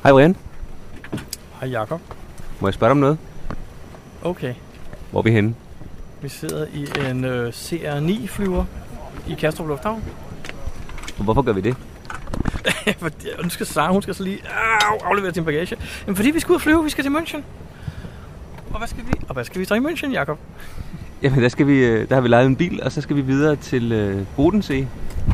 Hej Brian. Hej Jakob. Må jeg spørge dig om noget? Okay. Hvor er vi henne? Vi sidder i en CR9-flyver i Kastrup Lufthavn. Og hvorfor gør vi det? Nu skal Sara, hun skal så lige aflevere sin bagage. Men fordi vi skal ud og flyve, vi skal til München. Og hvad skal vi så i München, Jakob? Jamen der har vi lejet en bil, og så skal vi videre til Bodensee.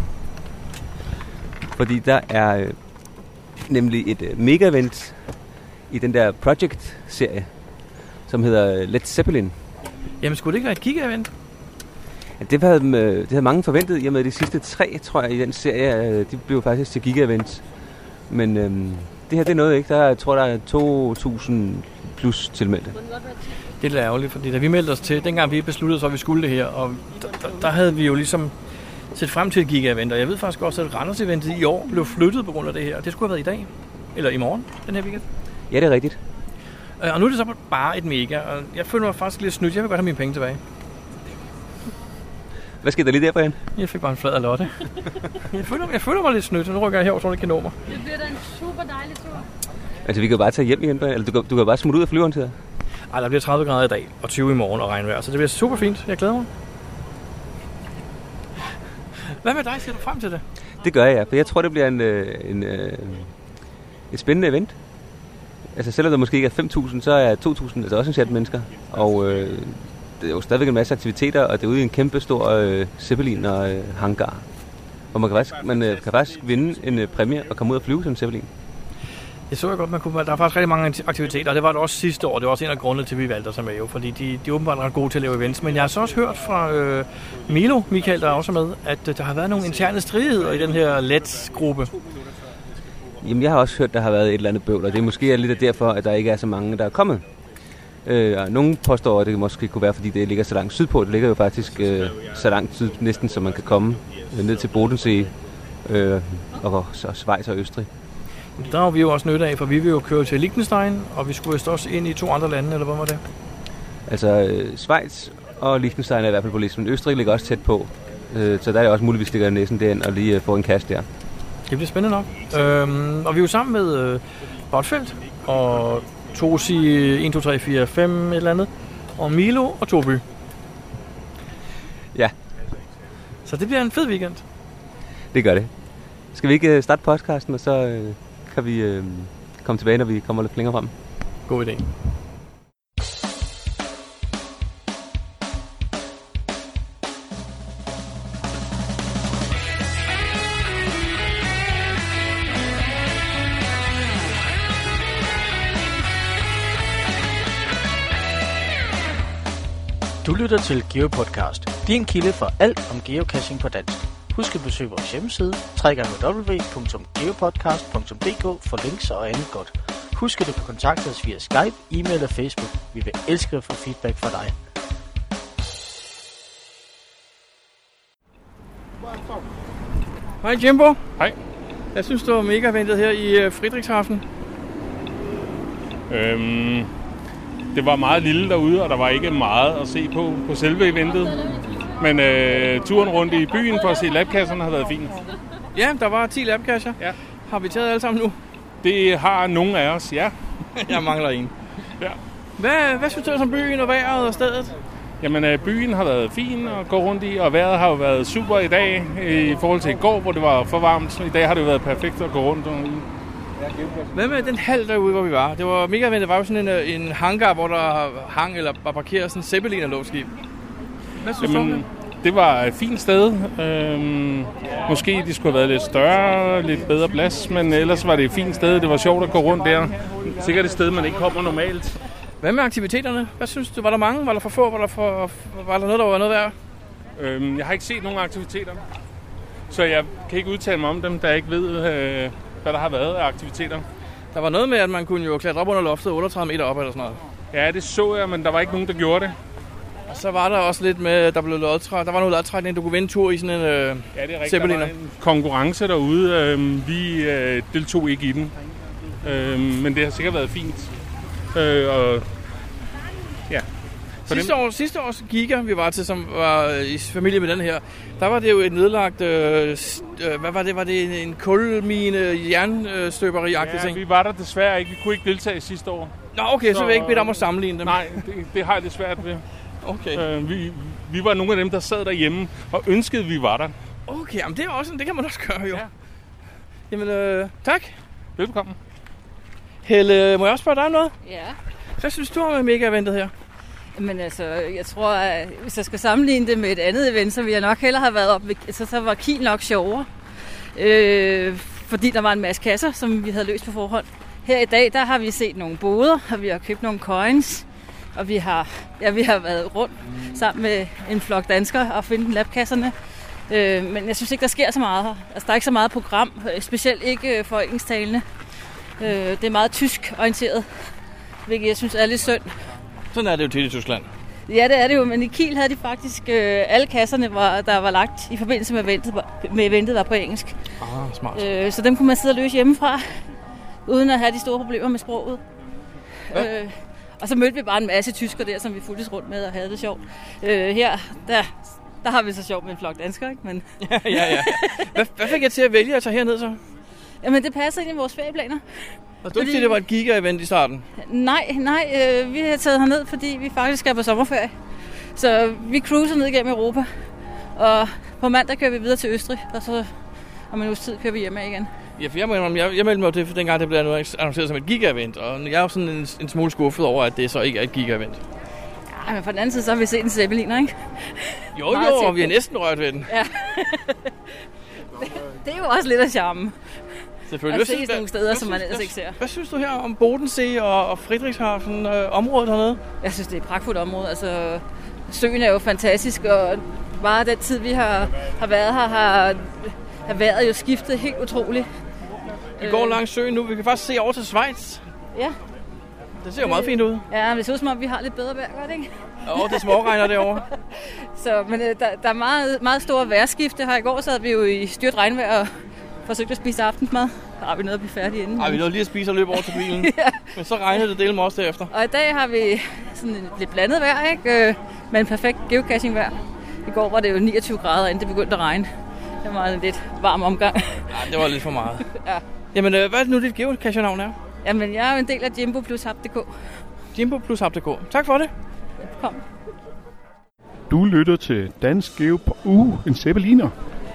Fordi der er nemlig et mega-event i den der Project-serie, som hedder Led Zeppelin. Jamen skulle det ikke være et giga-event? Ja, det havde mange forventet, i og med de sidste 3, tror jeg, i den serie, de blev faktisk til giga-events. Men det her, det er noget, ikke? Jeg tror, der er 2.000 plus tilmeldte. Det er lidt ærgerligt, fordi da vi meldte os til, dengang vi besluttede så, at vi skulle det her, og der havde vi jo ligesom set frem til et giga-event, og jeg ved faktisk også, at Randers-eventet i år blev flyttet på grund af det her. Det skulle have været i dag, eller i morgen, den her weekend. Ja, det er rigtigt. Og nu er det så bare et mega, og jeg føler mig faktisk lidt snydt. Jeg vil godt have mine penge tilbage. Hvad skete der lige der, Brian? Jeg fik bare en flad af Lotte. jeg føler mig lidt snydt, og nu rykker jeg herover, så det kan nå mig. Det bliver da en super dejlig tur. Altså, vi kan bare tage hjem igen, Brian. Eller du kan bare smutte ud af flyveren til dig. Ej, der bliver 30 grader i dag, og 20 i morgen og regnvejr, så det bliver super fint. Jeg glæder mig. Hvad med dig? Ser du frem til det? Det gør jeg, for jeg tror, det bliver et spændende event. Altså, selvom der måske ikke er 5.000, så er 2.000 altså også en chat mennesker. Og det er jo stadigvæk en masse aktiviteter, og det er ude i en kæmpe stor Zeppelin og hangar. Og man kan faktisk vinde en præmie og komme ud og flyve sådan en Zeppelin. Jeg så godt, der er faktisk rigtig mange aktiviteter, og det var det også sidste år. Det var også en af grundene til, at vi valgte os med, jo, fordi de er åbenbart ret gode til at lave events. Men jeg har så også hørt fra Milo, Michael, der er også med, at der har været nogle interne stridigheder i den her LEDS-gruppe. Jamen, jeg har også hørt, at der har været et eller andet bøvl, og det er måske lidt derfor, at der ikke er så mange, der er kommet. Nogle påstår, at det måske kunne være, fordi det ligger så langt sydpå. Det ligger jo faktisk så langt syd, næsten, så man kan komme ned til Bodensee og Schweiz og Østrig. Der har vi jo også nytte af, for vi vil jo køre til Liechtenstein, og vi skulle vist også ind i 2 andre lande, eller hvad var det? Altså, Schweiz og Liechtenstein er i hvert fald på listen. Østrig ligger også tæt på, så der er også muligvis ligger næsen derind og lige få en kast der. Det bliver spændende nok. Og vi er jo sammen med Botfeldt og Tosi 1, 2, 3, 4, 5 et eller andet, og Milo og Toby. Ja. Så det bliver en fed weekend. Det gør det. Skal vi ikke starte podcasten, og så kan vi komme tilbage, når vi kommer lidt længere frem? God idé. Du lytter til GeoPodcast, din kilde for alt om geocaching på dansk. Husk at besøge vores hjemmeside, www.geopodcast.dk for links og andet godt. Husk at du kan kontakte os via Skype, e-mail og Facebook. Vi vil elske at få feedback fra dig. Hej Jimbo. Hej. Jeg synes, du var mega ventet her i Friedrichshafen. Det var meget lille derude, og der var ikke meget at se på selve eventet. Men turen rundt i byen for at se labkasserne har været fint. Ja, der var 10 labkasser. Ja. Har vi taget alle sammen nu? Det har nogle af os, ja. Jeg mangler en. Ja. Hvad synes du om byen og vejret og stedet? Jamen, byen har været fin at gå rundt i, og vejret har jo været super i dag i forhold til i går, hvor det var for varmt. I dag har det jo været perfekt at gå rundt i. Hvad med den hal derude, hvor vi var? Det var mega, det var jo sådan en hangar, hvor der hang eller var parkeret sådan en Zeppelin og luftskib. Hvad synes du om det? Det var et fint sted. Måske de skulle have været lidt større, lidt bedre plads, men ellers var det et fint sted. Det var sjovt at gå rundt der. Sikkert et sted, man ikke kommer normalt. Hvad med aktiviteterne? Hvad synes du? Var der mange? Var der for få? Var der noget, der var noget værd? Jeg har ikke set nogen aktiviteter, så jeg kan ikke udtale mig om dem, da jeg ikke ved, hvad der har været af aktiviteter. Der var noget med, at man kunne jo klatre op under loftet 38 meter op eller sådan noget. Ja, det så jeg, men der var ikke nogen, der gjorde det. Og så var der også lidt med, der var noget lodtrækning, du kunne vinde tur i sådan en ja, det er rigtigt. Zeppeliner. Der var en konkurrence derude. Vi deltog ikke i den, men det har sikkert været fint. Og ja, Sidste års Giga, vi var til, som var i familie med den her, der var det jo et nedlagt, hvad var det? Var det en kulmine, jernstøberi-agtig ting? Vi var der desværre ikke. Vi kunne ikke deltage sidste år. Nå, okay, så vil jeg ikke bede om at sammenligne dem. Nej, det har jeg det svært ved. Okay. Vi var nogle af dem, der sad derhjemme og ønskede, vi var der. Okay, jamen det kan man også gøre, jo. Ja. Jamen, tak. Velkommen. Helle, må jeg også spørge dig om noget? Ja. Hvad synes du om mega-eventet her? Men altså, jeg tror, at hvis jeg skal sammenligne det med et andet event, så ville jeg nok hellere have været op ved, så var Kiel nok sjovere. Fordi der var en masse kasser, som vi havde løst på forhånd. Her i dag, der har vi set nogle boder, og vi har købt nogle coins, og vi har været rundt sammen med en flok danskere og fundet labkasserne. Men jeg synes ikke, der sker så meget her. Altså, der er ikke så meget program, specielt ikke for engelsktalende. Det er meget tysk orienteret, hvilket jeg synes er lidt synd. Sådan er det jo til i Tyskland. Ja, det er det jo, men i Kiel havde de faktisk alle kasserne, der var lagt i forbindelse med eventet, var på engelsk. Smart. Så dem kunne man sidde og løse hjemmefra, uden at have de store problemer med sproget. Og så mødte vi bare en masse tyskere der, som vi fulgtes rundt med og havde det sjovt. Her, der har vi så sjovt med en flok danskere, ikke? Men... ja. Hvad fik jeg til at vælge at tage herned så? Jamen, det passer ind i vores ferieplaner. Og du ikke sige, det var et giga-event i starten? Nej, vi har taget herned, fordi vi faktisk skal på sommerferie. Så vi cruiser ned igennem Europa, og på mandag kører vi videre til Østrig, og så om en uges tid kører vi hjem igen. Ja, for jeg meldte mig til, for dengang det blev annonceret som et giga-event, og jeg er jo sådan en smule skuffet over, at det så ikke er et giga-event. Ja, men på den anden side, så har vi set en zeppeliner, ikke? Jo, og vi har næsten rørt ved den. Ja. Det er jo også lidt af charmen. Selvfølgelig. At ses nogle steder, som man ellers ikke ser. Hvad synes du her om Bodensee og Friedrichshafen, området hernede? Jeg synes, det er et pragtfuldt område. Altså, søen er jo fantastisk, og bare den tid, vi har været her, har vejret jo skiftet helt utroligt. Vi går langs søen nu. Vi kan faktisk se over til Schweiz. Ja. Det ser jo meget fint ud. Ja, det ser ud som om, vi har lidt bedre vejr, godt ikke? Jo, det småregner derovre. Så, men der er meget, meget store vejrskifte her. I går sad vi jo i styrt regnvejr og forsøgte at spise aftensmad. Der har vi noget at blive færdige inden. Vi nåede lige at spise og løbe over til bilen. Ja. Men så regnede det dele med os derefter. Og i dag har vi sådan en lidt blandet vejr, ikke? Med en perfekt geocaching-vejr. I går var det jo 29 grader, inden det begyndte at regne. Det var en lidt varm omgang. Ja, det var lidt for meget. Ja. Jamen, hvad er det nu, dit geocaching-navn er? Jamen, jeg er jo en del af Jimbo plus Hub.dk. Jimbo plus Hub.dk. Tak for det. Kom. Du lytter til Dansk Geo på en zeppeliner.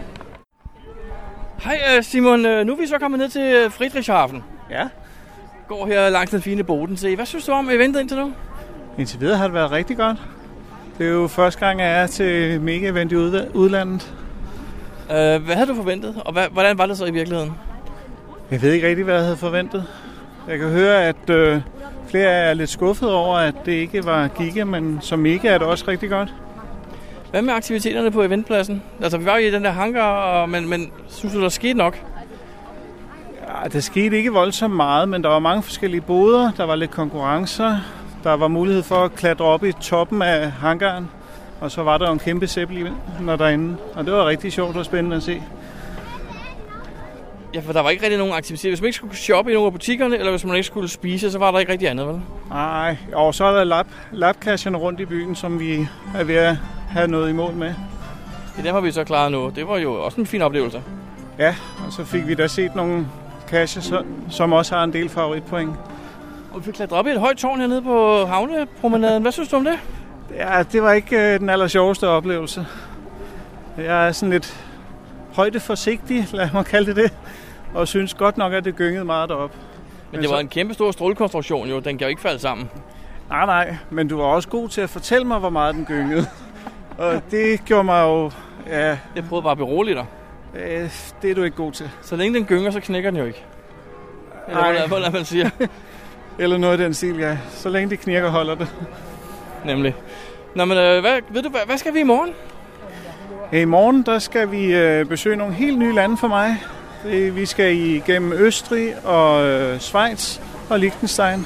Hej Simon, nu er vi så kommet ned til Friedrichshafen. Ja. Går her langs den fine Bodensee. Hvad synes du om eventet indtil nu? Indtil videre har det været rigtig godt. Det er jo første gang, jeg er til mega-event i udlandet. Hvad havde du forventet, og hvordan var det så i virkeligheden? Jeg ved ikke rigtig, hvad jeg havde forventet. Jeg kan høre, at flere er lidt skuffet over, at det ikke var Giga, men som mega er det også rigtig godt. Hvad med aktiviteterne på eventpladsen? Altså, vi var jo i den der hangar, men synes du, der skete nok? Ja, der skete ikke voldsomt meget, men der var mange forskellige boder. Der var lidt konkurrencer. Der var mulighed for at klatre op i toppen af hangaren. Og så var der en kæmpe zeppeliner derinde. Og det var rigtig sjovt og spændende at se. Ja, for der var ikke rigtig nogen aktivitet. Hvis man ikke skulle shoppe i nogle af butikkerne, eller hvis man ikke skulle spise, så var der ikke rigtig andet, vel? Nej, og så er der labkasserne rundt i byen, som vi er ved at have noget i mål med. Ja, dem har vi så klaret nu. Det var jo også en fin oplevelse. Ja, og så fik vi da set nogle kasser, som også har en del favoritpoint. Og vi fik klatret op i et højt tårn hernede på havnepromenaden. Hvad synes du om det? Ja, det var ikke den aller sjoveste oplevelse. Jeg er sådan lidt højdeforsigtig, lad mig kalde det, og synes godt nok, at det gyngede meget derop. Men det var en kæmpe stor strålekonstruktion jo, den kan jo ikke falde sammen. Nej, men du var også god til at fortælle mig, hvor meget den gyngede. Og det gjorde mig jo... Ja, jeg prøvede bare at berolige dig. Det er du ikke god til. Så længe den gynger, så knækker den jo ikke. Eller hvad man siger. Eller noget i den stil, ja. Så længe det knirker, holder det. Nemlig. Nå, men hvad skal vi i morgen? I morgen, der skal vi besøge nogle helt nye lande for mig. Vi skal igennem Østrig og Schweiz og Liechtenstein.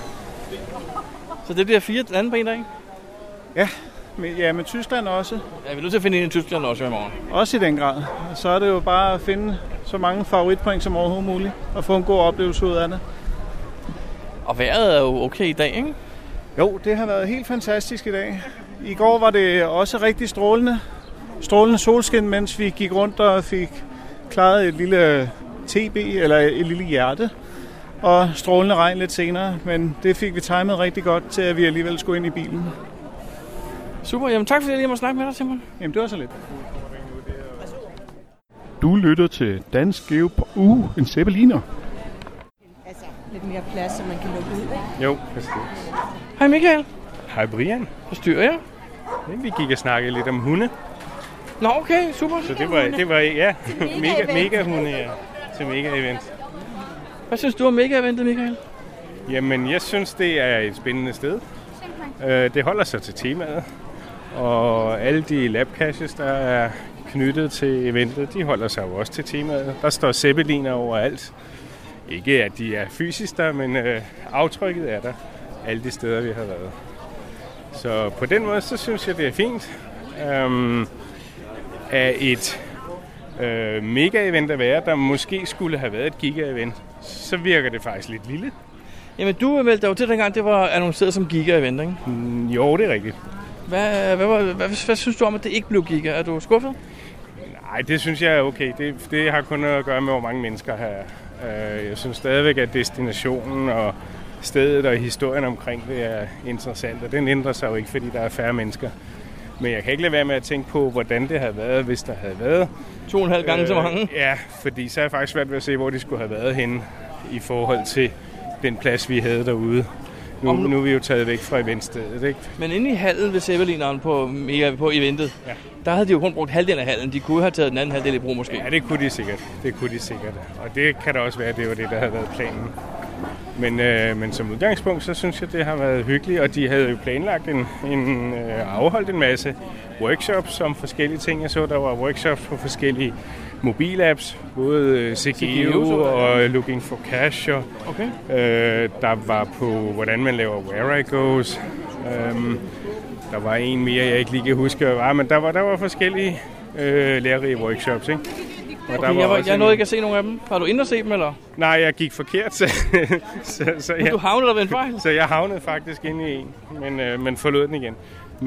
Så det bliver 4 lande på en dag? Ja, med Tyskland også. Ja, vi er nødt til at finde en i Tyskland også i morgen. Også i den grad. Så er det jo bare at finde så mange favoritpoint som overhovedet muligt og få en god oplevelse ud af det. Og vejret er jo okay i dag, ikke? Jo, det har været helt fantastisk i dag. I går var det også rigtig strålende solskin, mens vi gik rundt og fik klaret et lille TB, eller et lille hjerte, og strålende regn lidt senere, men det fik vi timet rigtig godt til, at vi alligevel skulle ind i bilen. Super, jamen tak fordi jeg lige må snakke med dig, Simon. Jamen det var så lidt. Du lytter til Dansk Geo på en zeppeliner. Altså lidt mere plads, så man kan lukke ud, ikke? Jo, præcis. Hej Michael. Hej Brian. Forstyrrer jeg? Vi gik og snakkede lidt om hunde. Nå okay, super. Så det var ja, mega hunde, ja, til mega-event. Hvad synes du om mega-eventet, Michael? Jamen, jeg synes, det er et spændende sted. Det holder sig til temaet. Og alle de labcaches, der er knyttet til eventet, de holder sig jo også til temaet. Der står zeppeliner overalt. Ikke at de er fysisk der, men aftrykket er der alle de steder, vi har været. Så på den måde, så synes jeg, det er fint. Af et mega-event at være, der måske skulle have været et giga-event, så virker det faktisk lidt lille. Jamen, du meldte dig jo til dengang, det var annonceret som giga-event, ikke? Jo, det er rigtigt. Hvad synes du om, at det ikke blev giga? Er du skuffet? Nej, det synes jeg er okay. Det har kun at gøre med, hvor mange mennesker her er. Jeg synes stadigvæk, at destinationen og stedet og historien omkring det er interessant, og den ændrer sig jo ikke, fordi der er færre mennesker. Men jeg kan ikke lade være med at tænke på, hvordan det havde været, hvis der havde været 2,5 gange så mange. Ja, fordi så er jeg faktisk svært ved at se, hvor de skulle have været henne i forhold til den plads, vi havde derude. Nu er vi jo taget væk fra eventstedet, ikke? Men inde i hallen ved Zeppelineren på eventet, ja, der havde de jo kun brugt halvdelen af hallen. De kunne have taget den anden halvdel i brug måske. Ja, det kunne de sikkert. Og det kan da også være, at det var det, der havde været planen. Men som udgangspunkt, så synes jeg, det har været hyggeligt, og de havde jo planlagt afholdt en masse workshops om forskellige ting. Jeg så, der var workshops på forskellige mobilapps, både CGO og Looking for Cash. Okay. Der var på, hvordan man laver Where I Goes. Der var en mere, jeg ikke lige kan huske, hvad var, men der var forskellige lærerige workshops, ikke? Okay, jeg nåede ikke at se nogen af dem. Har du inde at se dem, eller? Nej, jeg gik forkert, så du havnede der ved en fejl? Så jeg havnede faktisk inde i en, men forlod den igen.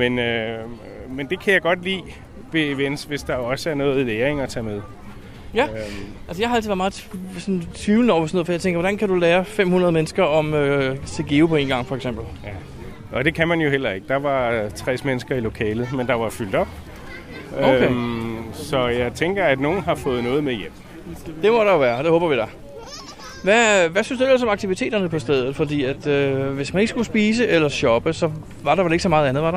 Men det kan jeg godt lide ved events, hvis der også er noget læring at tage med. Ja, altså jeg har altid været meget tvivlende over sådan noget, for jeg tænker, hvordan kan du lære 500 mennesker om CGO på en gang, for eksempel? Ja, og det kan man jo heller ikke. Der var 60 mennesker i lokalet, men der var fyldt op. Okay. Så jeg tænker, at nogen har fået noget med hjem. Det må der jo være, det håber vi da. Hvad synes du ellers om aktiviteterne på stedet? Fordi at hvis man ikke skulle spise eller shoppe, så var der vel ikke så meget andet, var der?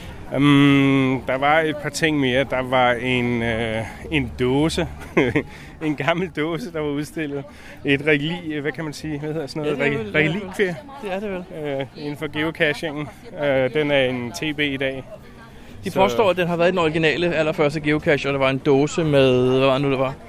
Der var et par ting mere. Der var en dåse. En gammel dåse, der var udstillet. Et hvad kan man sige? Hvad hedder sådan noget? Relikvie. Det er det vel. Inden for geocachingen. Den er en TB i dag. De påstår, at den har været den originale allerførste geocache, og der var en dåse med, hvad var det nu, det var?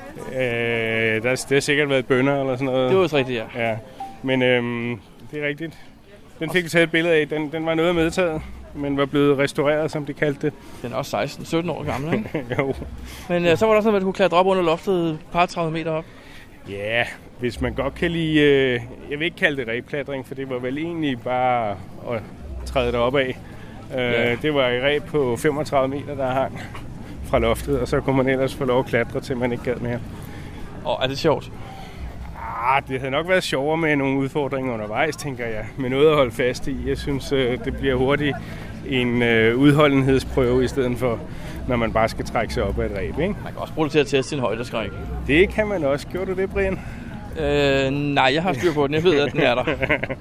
Det har sikkert været bønner eller sådan noget. Det var også rigtigt, ja. Men det er rigtigt. Den fik vi taget et billede af. Den var noget medtaget, men var blevet restaureret, som de kaldte det. Den er også 16-17 år gammel, ikke? Jo. Men så var der også noget, at du kunne klatre op under loftet et par 30 meter op. Ja, hvis man godt kan lide... jeg vil ikke kalde det ræbklatring, for det var vel egentlig bare at træde derop af. Det var et ræb på 35 meter, der hang fra loftet, og så kunne man ellers få lov at klatre, til man ikke gad mere. Er det sjovt? Det havde nok været sjovere med nogle udfordringer undervejs, tænker jeg. Med noget at holde fast i. Jeg synes, det bliver hurtigt en udholdenhedsprøve, i stedet for, når man bare skal trække sig op af et ræb, ikke? Man kan også bruge det til at teste sin højdeskræk. Det kan man også. Gjorde du det, Brian? Nej, jeg har styr på den. Jeg ved, at den er der.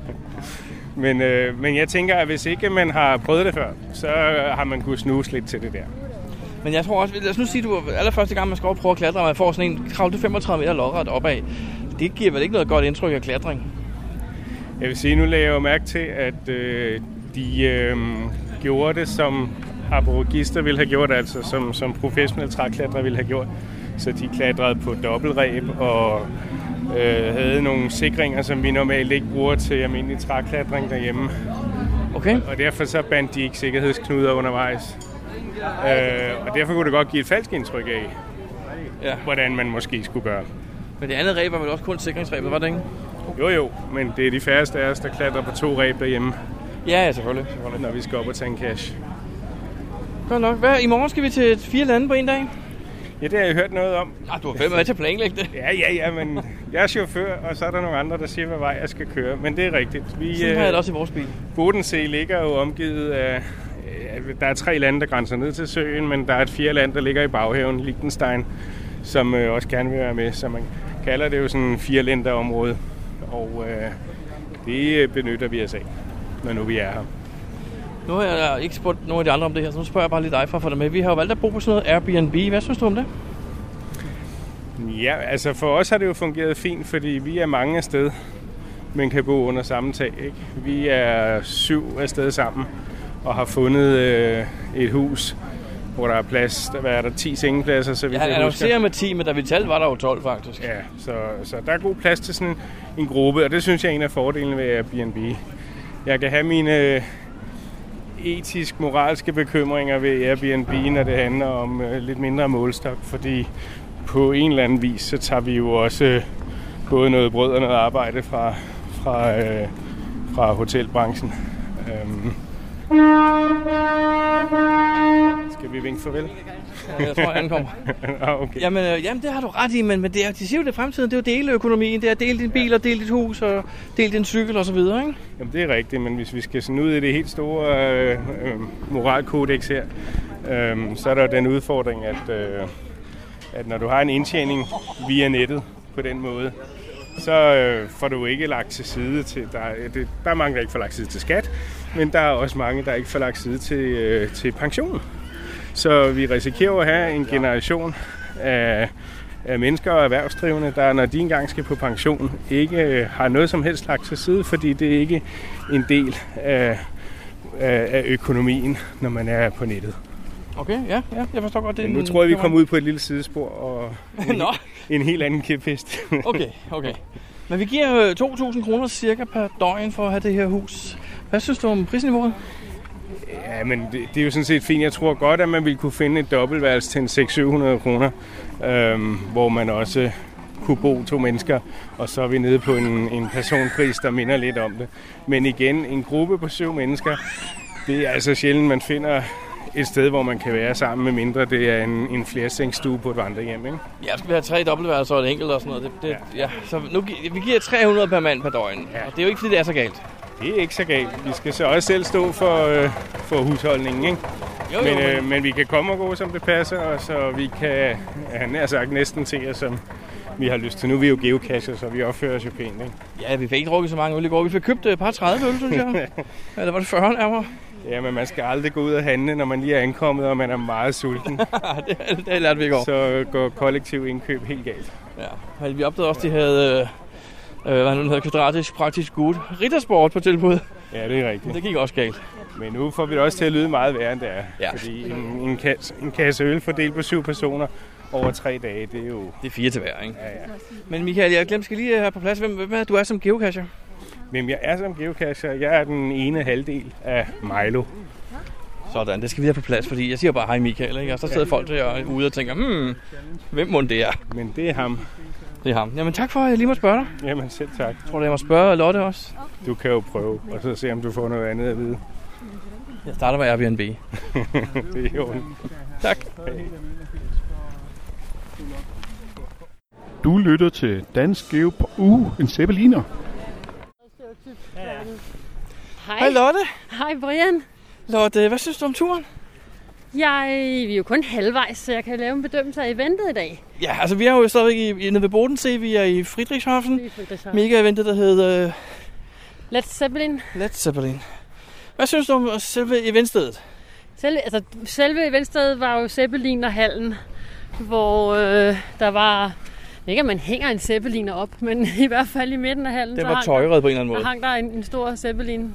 Men jeg tænker, at hvis ikke man har prøvet det før, så har man kunnet snuse lidt til det der. Men jeg tror også, lad os nu sige, at du allerførste gang, man skal prøve at klatre, og man får sådan en kravle 35 meter lodret opad. Det giver vel ikke noget godt indtryk af klatring? Jeg vil sige, nu lagde jeg jo mærke til, at de gjorde det, som arborister ville have gjort, altså som professionelle træklatrer ville have gjort. Så de klatrede på dobbeltræb og havde nogle sikringer, som vi normalt ikke bruger til almindelig træklatring derhjemme. Okay. Og derfor så bandt de ikke sikkerhedsknuder undervejs. Og derfor kunne det godt give et falsk indtryk af, hvordan man måske skulle gøre. Men det andet ræb var vel også kun sikringsræbet, var det ikke? Jo, men det er de færreste af os, der klatrer på 2 ræb derhjemme Ja, selvfølgelig. Når vi skal op og tage en cache. Godt nok. I morgen skal vi til 4 lande på en dag? Ja, det har jeg hørt noget om. Du har 5 med til at planlægge det. Ja, men jeg er chauffør, og så er der nogle andre, der siger, hvad vej jeg skal køre. Men det er rigtigt. Sådan har jeg det også i vores bil. Bodensee ligger jo omgivet af... Der er 3 lande, der grænser ned til søen, men der er et 4. land, der ligger i baghaven, Liechtenstein, som også gerne vil være med. Så man kalder det jo sådan en 4-lænderområde. Og det benytter vi os af, når nu vi er her. Nu har jeg ikke spurgt nogen af de andre om det her, så nu spørger jeg bare lidt dig for at få det med. Vi har jo valgt at bo på sådan noget Airbnb. Hvad synes du om det? Ja, altså for os har det jo fungeret fint, fordi vi er mange afsted, men kan bo under samme tag. Ikke? Vi er 7 afsted sammen og har fundet et hus, hvor der er plads. Der er der 10 sengepladser, så vi kan huske. Jeg annoncerer med 10, men da vi talte, var der jo 12 faktisk. Ja, så der er god plads til sådan en gruppe, og det synes jeg er en af fordelene ved Airbnb. Jeg kan have mine etisk-moralske bekymringer ved Airbnb, når det handler om lidt mindre målstok, fordi på en eller anden vis, så tager vi jo også både noget brød og noget arbejde fra hotelbranchen. Skal vi vinke farvel? Jeg tror, jeg ankommer. Okay. Jamen, det har du ret i, men det er, de siger jo det fremtiden, det er jo deleøkonomien, det er at dele din bil og dele dit hus og dele din cykel og så videre, ikke? Jamen, det er rigtigt, men hvis vi skal sådan ud i det helt store moralkodex her, så er der jo den udfordring, at når du har en indtjening via nettet på den måde, så får du ikke lagt til side til... Der er mange, der ikke får lagt side til skat, men der er også mange, der ikke får lagt side til pension. Så vi risikerer at have en generation af mennesker og erhvervsdrivende, der når de engang skal på pension, ikke har noget som helst lagt til side, fordi det er ikke en del af økonomien, når man er på nettet. Okay, ja, jeg forstår godt det. Men nu tror jeg, vi kommer ud på et lille sidespor og en helt anden kæphest. Okay. Men vi giver 2.000 kroner cirka per døgn for at have det her hus. Hvad synes du om prisniveauet? Ja, men det er jo sådan set fint. Jeg tror godt, at man ville kunne finde et dobbeltværelse til 600-700 kroner, hvor man også kunne bo 2 mennesker, og så er vi nede på en personpris, der minder lidt om det. Men igen, en gruppe på 7 mennesker, det er altså sjældent, man finder et sted, hvor man kan være sammen, med mindre det er en flersengsstue på et vandrehjem, ikke? Ja, skal vi have 3 dobbeltværelser og et enkelt og sådan noget. Ja. Så nu, vi giver 300 per mand per døgn, og det er jo ikke, fordi det er så galt. Det er ikke så galt. Vi skal så også selv stå for husholdningen, ikke? Jo. Men vi kan komme og gå, som det passer, og så vi kan, han har sagt, næsten til os, som vi har lyst til. Nu er vi jo geocacher, så vi opfører os jo pænt, ikke? Ja, vi fik ikke drukket så mange øl i går. Vi fik købt et par 30 øl, synes jeg. Ja, der var det 40 nærmere. Ja, men man skal aldrig gå ud og handle, når man lige er ankommet, og man er meget sulten. det lærte vi i går. Så går kollektiv indkøb helt galt. Ja, men vi opdagede også, de havde... hvad nu hedder, kvadratisk praktisk gut. Rittersport på tilbud. Ja, det er rigtigt. Det gik også galt. Men nu får vi det også til at lyde meget værre, end det er. Ja. Fordi en kasse øl fordelt på 7 personer over 3 dage, det er jo... Det er 4 til hver, ikke? Ja. Men Michael, jeg glemte skal lige have på plads. Hvem er du er som geocacher? Hvem jeg er som geocacher? Jeg er den ene halvdel af Milo. Sådan, det skal vi have på plads, fordi jeg siger bare hej Michael, ikke? Og så sidder folk derude og tænker, hvem må det er? Men det er ham. Det er ham. Jamen tak for, at jeg lige må spørge dig. Jamen selv tak. Tror du, jeg må spørge Lotte også? Du kan jo prøve, og så se, om du får noget andet at vide. Jeg starter med Airbnb. Det er jo. Tak. Hey. Du lytter til Dansk Geo på en zeppeliner. Hej Lotte. Hej Brian. Lotte, hvad synes du om turen? Vi er jo kun halvvejs, så jeg kan lave en bedømmelse af eventet i dag. Ja, altså vi er jo stadigvæk nede ved Bodensee. Vi er i Friedrichshafen. Mega-eventet, der hedder... Let's Zeppelin. Hvad synes du om selve eventstedet? Selve eventstedet var jo Zeppelin-hallen, hvor der var... Ikke at man hænger en zeppeliner op, men i hvert fald i midten af hallen. Det var tøjret på en eller anden måde. Der hang der en stor zeppelin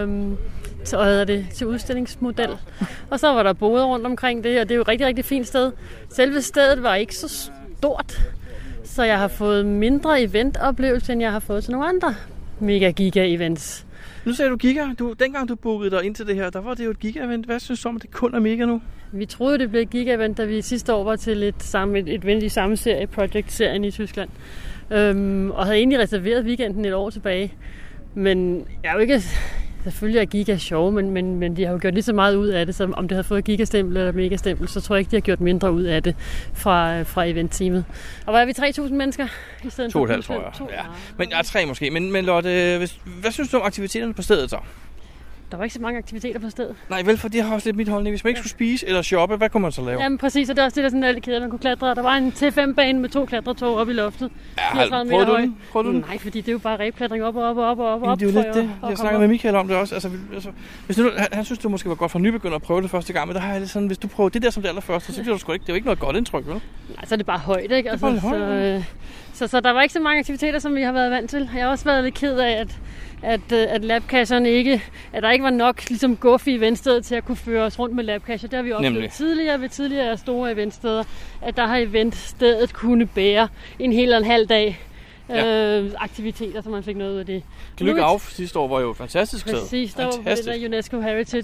til udstillingsmodel. Og så var der boder rundt omkring det, og det er jo et rigtig, rigtig fint sted. Selve stedet var ikke så stort, så jeg har fået mindre eventoplevelser, end jeg har fået til nogle andre mega-giga-events. Nu sagde du giga. Dengang du bookede dig ind til det her, der var det jo et giga-event. Hvad synes du om, at det kun er mega nu? Vi troede, det blev et giga-event, da vi sidste år var til et event i samme serie, Project-serien i Tyskland. Og havde egentlig reserveret weekenden et år tilbage. Men jeg er jo ikke Selvfølgelig er Giga sjove, men de har jo gjort lige så meget ud af det, som om det havde fået Giga-stempel eller Mega-stempel, så tror jeg ikke, de har gjort mindre ud af det fra event-teamet. Og hvad er vi, 3.000 mennesker i stedet for? 2,5 tror jeg. Ja. Men 3 måske. Men Lotte, hvad synes du om aktiviteterne på stedet så? Der var ikke så mange aktiviteter på stedet. Nej, vel, for det har også lidt mit holdning. Hvis man ikke skulle spise eller shoppe, hvad kunne man så lave? Jamen præcis, og det er også det, der sådan lidt kedeligt, man kunne klatre. Der var en T5-bane med 2 klatretog op i loftet. Ja, prøvede du den? Nej, fordi det er jo bare ræbklatring op. Det er jo lidt det. Jeg snakker med Michael om det også. Altså, hvis nu, han synes, det måske var godt for nybegynder at prøve det første gang, men der har jeg lidt sådan, hvis du prøver det der som det allerførste, så bliver du sgu ikke. Det er jo ikke noget godt indtryk, vel? Nej, så er det bare højt, ikke? Altså, så der var ikke så mange aktiviteter, som vi har været vant til. Jeg har også været lidt ked af, at labkasserne ikke, at der ikke var nok ligesom guf i eventstedet til at kunne føre os rundt med labkasser. Det har vi oplevet tidligere ved tidligere store eventsteder, at der har eventstedet kunne bære en hel og en halv dag aktiviteter, så man fik noget ud af det. Glück Auf sidste år var jo fantastisk sted. Præcis, der var det der UNESCO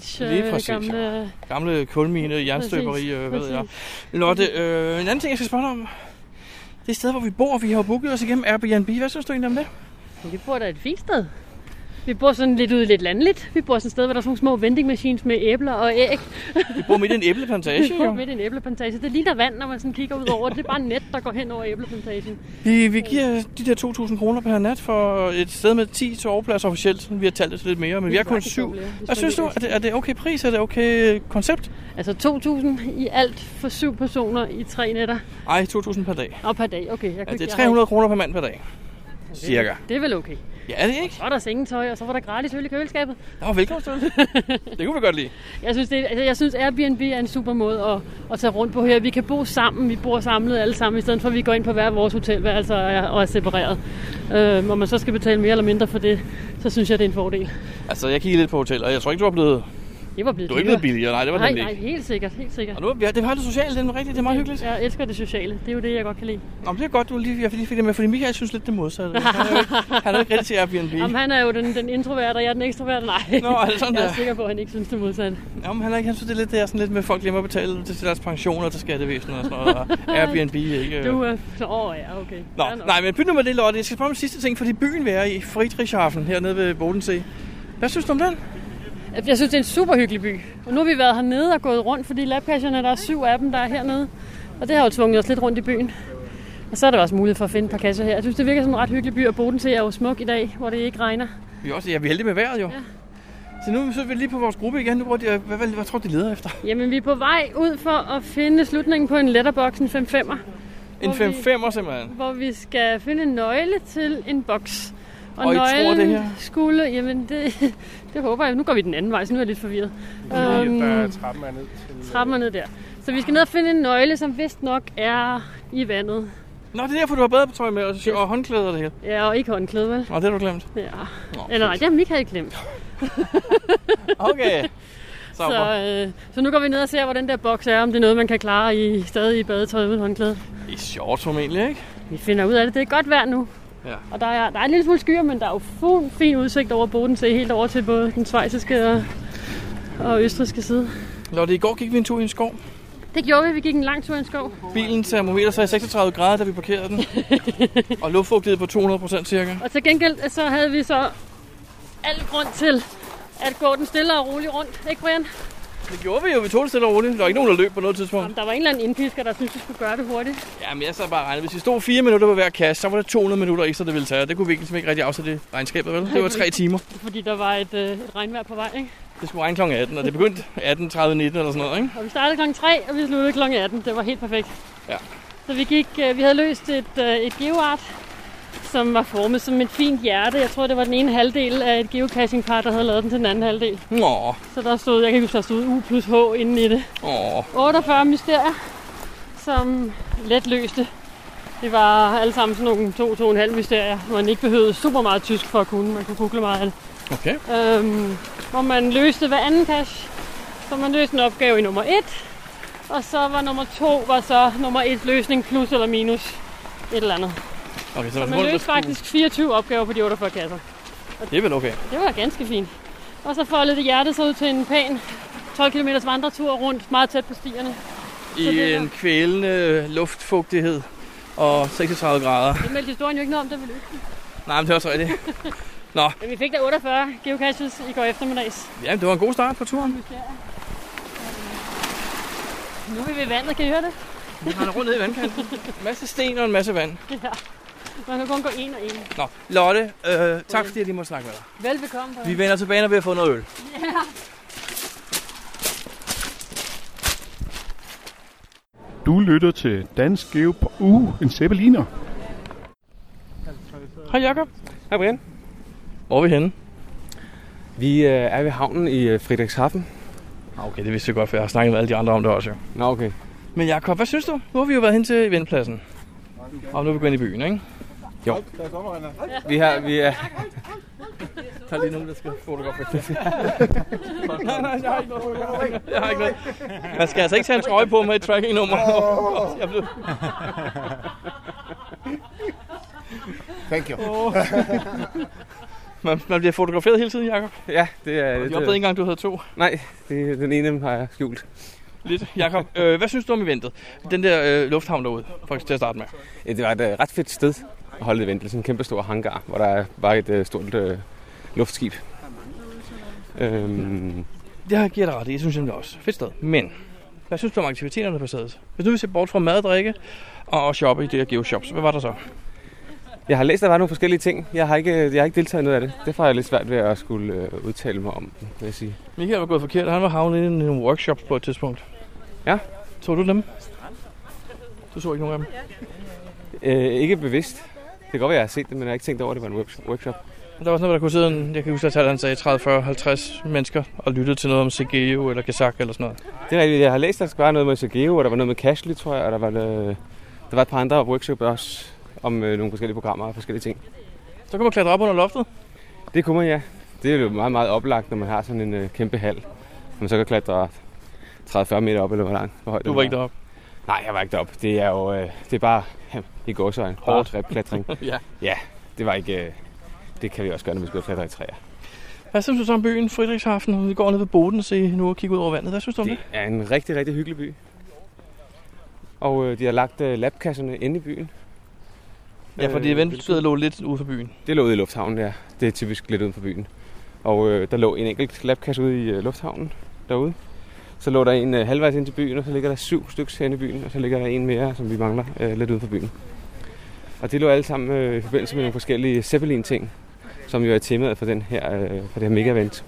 Heritage gamle kulmine, jernstøberi, ved jeg. Lotte, en anden ting, jeg skal spørge om, det er sted, hvor vi bor. Vi har booket os igennem Airbnb. Hvad synes du egentlig om det? Vi bor der et fint sted. Vi bor sådan lidt ude lidt landligt. Vi bor sådan et sted, hvor der er sådan nogle små vending machines med æbler og æg. Vi bor midt i en æbleplantage. Vi bor midt i en æbleplantage. Det ligner vand, når man sådan kigger ud over det. Det er bare net, der går hen over æbleplantagen. Vi giver de der 2.000 kroner per nat for et sted med 10 sovepladser officielt. Vi har talt det lidt mere, men vi er kun 7. Hvad synes du? Er det okay pris? Er det okay koncept? Altså 2.000 i alt for 7 personer i 3 nætter? Nej, 2.000 per dag. Og per dag, okay. Det er 300 kroner per mand per dag. Cirka. Det er vel okay. Ja, er det ikke? Så var der sengetøj, og så var der gratis øl i køleskabet. Der var velkomstøl. Det kunne vi godt lide. Jeg synes Airbnb er en super måde at tage rundt på her. Vi kan bo sammen, vi bor samlet alle sammen, i stedet for at vi går ind på hver vores hotelværelse og er separeret. Hvor man så skal betale mere eller mindre for det, så synes jeg, det er en fordel. Altså, jeg kiggede lidt på hoteller, og jeg tror ikke, du var blevet... Det var blevet du er ikke blevet billigere, nej, det var nej, helt sikkert. Og nu, det har det sociale, det er rigtigt, det er meget hyggeligt. Jeg elsker det sociale, det er jo det, jeg godt kan lide. Nå, men det er godt, du lige fik det med, fordi Michael synes lidt det modsatte. Han er jo ikke rigtig til Airbnb. Jamen, han er jo den introverte, og jeg er den ekstroverte, nej. Nå, er det sådan, jeg er sikker på, at han ikke synes det modsatte. Jamen, han synes det er lidt, det er sådan lidt med, folk glemmer at betale til deres pensioner til skattevæsenet og sådan noget, og Airbnb ikke... Du ja, okay. Nå, nej, men byt nu med det, Lotte. Jeg skal spørge om sidste ting, fordi byen vi er i, Friedrichshafen, hernede ved Bodensee. Hvad synes du om den? Jeg synes, det er en super hyggelig by. Og nu har vi været hernede og gået rundt, fordi labkasserne, der er 7 af dem, der er hernede. Og det har jo tvunget os lidt rundt i byen. Og så er der også mulighed for at finde et par kasser her. Jeg synes, det virker som en ret hyggelig by, og Bodensee er jo smuk i dag, hvor det ikke regner. Vi er heldige med vejret jo. Ja. Så nu er vi lige på vores gruppe igen. Hvad tror du, de leder efter? Jamen, vi er på vej ud for at finde slutningen på en letterbox, en 5-5'er. En 5-5'er simpelthen? Hvor vi skal finde en nøgle til en boks. Og I tror det her? Skulle, jamen det håber jeg. Nu går vi den anden vej, så nu er jeg lidt forvirret. Der er trappen er ned til... Trappen er ned der. Så vi skal ned og finde en nøgle, som vist nok er i vandet. Nå, det er derfor, du har badetøj med og håndklæder det her. Ja, og ikke håndklæde, vel? Nå, det har du glemt. Ja. Eller nej, det har Michael glemt. Okay. Så nu går vi ned og ser, hvor den der boks er, om det er noget, man kan klare stadig i badetøj uden håndklæde. Det er sjovt formentlig, ikke? Vi finder ud af det. Det er godt vejr nu. Ja. Og der er en lille smule skyer, men der er jo fin udsigt over Bodensee, helt over til både den schweiziske og østrigske side. Lotte, i går gik vi en tur i en skov. Det gjorde vi. Vi gik en lang tur i en skov. Bilens termometer sagde 36 grader, da vi parkerede den. Og luftfugtighed på 200% cirka. Og til gengæld så havde vi så alt grund til at gå den stille og roligt rundt. Ikke, Brian? Det gjorde vi jo. Vi tog det stille og roligt. Der var ikke nogen, der løb på noget tidspunkt. Jamen, der var en eller anden indpisker, der syntes, vi skulle gøre det hurtigt. Ja, men jeg så bare regnet. Hvis vi stod 4 minutter på hver kasse, så var det 200 minutter ekstra, det ville tage. Det kunne vi ikke rigtig afsætte i regnskabet, vel? Det var 3 timer. Fordi der var et regnvejr på vej, ikke? Det skulle regne kl. 18, og det begyndte 18:30-19 eller sådan noget, ikke? Og vi startede kl. 3, og vi sluttede kl. 18. Det var helt perfekt. Ja. Så vi havde løst et geoart, som var formet som et fint hjerte. Jeg tror, det var den ene halvdel af et geocaching-par, der havde lavet den til den anden halvdel. Nå. Så der stod, jeg kan ikke huske, der stod U plus H inde i det. 48 mysterier, som let løste. Det var alle sammen sådan nogle 2,5 mysterier, hvor man ikke behøvede super meget tysk for at kunne. Man kunne google meget af det. Okay. Hvor man løste hver anden cache. Så man løste en opgave i nummer 1. Og så var nummer 2 nummer 1 løsning plus eller minus et eller andet. Okay, så man løste faktisk 24 opgaver på de 48 kasser. Og det er vel okay? Det var ganske fint. Og så foldede det hjertet sig ud til en pæn 12 km vandretur rundt, meget tæt på stierne. I en kvælende luftfugtighed og 36 grader. Det meldte historien jo ikke noget om, det ville ikke. Nej, men det er også rigtigt. Nå. Ja, vi fik da 48 geocaches i går eftermiddags. Ja, det var en god start på turen. Nu er vi ved vandet, kan I høre det? Vi render rundt ned i vandkanten. En masse sten og en masse vand. Ja, man kan kun gå en og en. Nå, Lotte, tak fordi jeg lige måtte snakke med dig. Velbekomme. Vi vender tilbage, når vi har fået noget øl. Ja. Du lytter til Dansk Geo på en zeppeliner. Hej Jakob. Hej Brian. Hvor er vi henne? Vi er ved havnen i Frederikshavn. Okay, det vidste jeg godt, for jeg har snakket med alle de andre om det også. Jo. Nå, okay. Men Jakob, hvad synes du? Nu har vi jo været hen til eventpladsen. Og nu er vi gået ind i byen, ikke? Jo. Vi er... Der er lige nogen, der skal fotografere. Nej, jeg har ikke noget. Jeg har ikke noget. Man skal altså ikke tage en trøje på med et tracking-nummer. Jeg blev... Thank you. Man bliver fotograferet hele tiden, Jakob. Ja, det er... Jeg opdagede ikke engang, du havde 2. Nej, den ene af dem har jeg skjult. Lidt. Jakob, hvad synes du om eventet? Den der lufthavn derude, faktisk til at starte med. Ja, det var et ret fedt sted at holde eventet. Sådan en kæmpe stor hangar, hvor der var et stort luftskib. Det giver dig ret i, det synes jeg også. Fedt sted. Men, hvad synes du om aktiviteterne på stedet? Hvis nu vi ser bort fra mad og drikke og shoppe i det her geoshops, hvad var der så? Jeg har læst, at der var nogle forskellige ting. Jeg har ikke deltaget i noget af det. Derfor er jeg lidt svært ved at skulle udtale mig om, vil jeg sige. Michael var gået forkert. Han var havnet i nogle workshops på et tidspunkt. Ja. Så du dem? Du så ikke nogen af dem? Ikke bevidst. Det kan godt være, jeg har set det, men jeg har ikke tænkt over, at det var en workshop. Der var sådan noget, der kunne sidde, jeg kan huske, at han sagde 30, 40, 50 mennesker og lyttede til noget om CGEO eller Kazak eller sådan noget. Det er rigtigt. Jeg har læst, at der var noget med CGEO, og der var noget med Cashly, tror jeg, og der var et par andre workshops også om nogle forskellige programmer og forskellige ting. Så kan man klatre op under loftet? Det kunne man, ja. Det er jo meget, meget oplagt, når man har sådan en kæmpe hal. Man så kan klatre 30-40 meter op, eller hvor langt. Hvor højt du var ikke deroppe? Nej, jeg var ikke deroppe. Det er jo det er bare i gåseøjne. Hårdt repklatring. Ja, det var ikke... Det kan vi også gøre, når vi skal klatre i træer. Hvad synes du så om byen Frederikshavn, når vi går ned ved Boden og ser nu og kigger ud over vandet? Hvad synes du om det? Det er en rigtig, rigtig hyggelig by. Og de har lagt labkasserne inde i byen. Ja, fordi eventstedet lå lidt ude for byen. Det lå ude i lufthavnen, ja. Det er typisk lidt ude for byen. Og der lå en enkelt labkasse ude i lufthavnen derude. Så lå der en halvvejs ind til byen, og så ligger der 7 stykker hen i byen, og så ligger der en mere, som vi mangler lidt ude for byen. Og det lå alle sammen i forbindelse med nogle forskellige Zeppelin-ting, som jo er temaet for, for det her mega-event.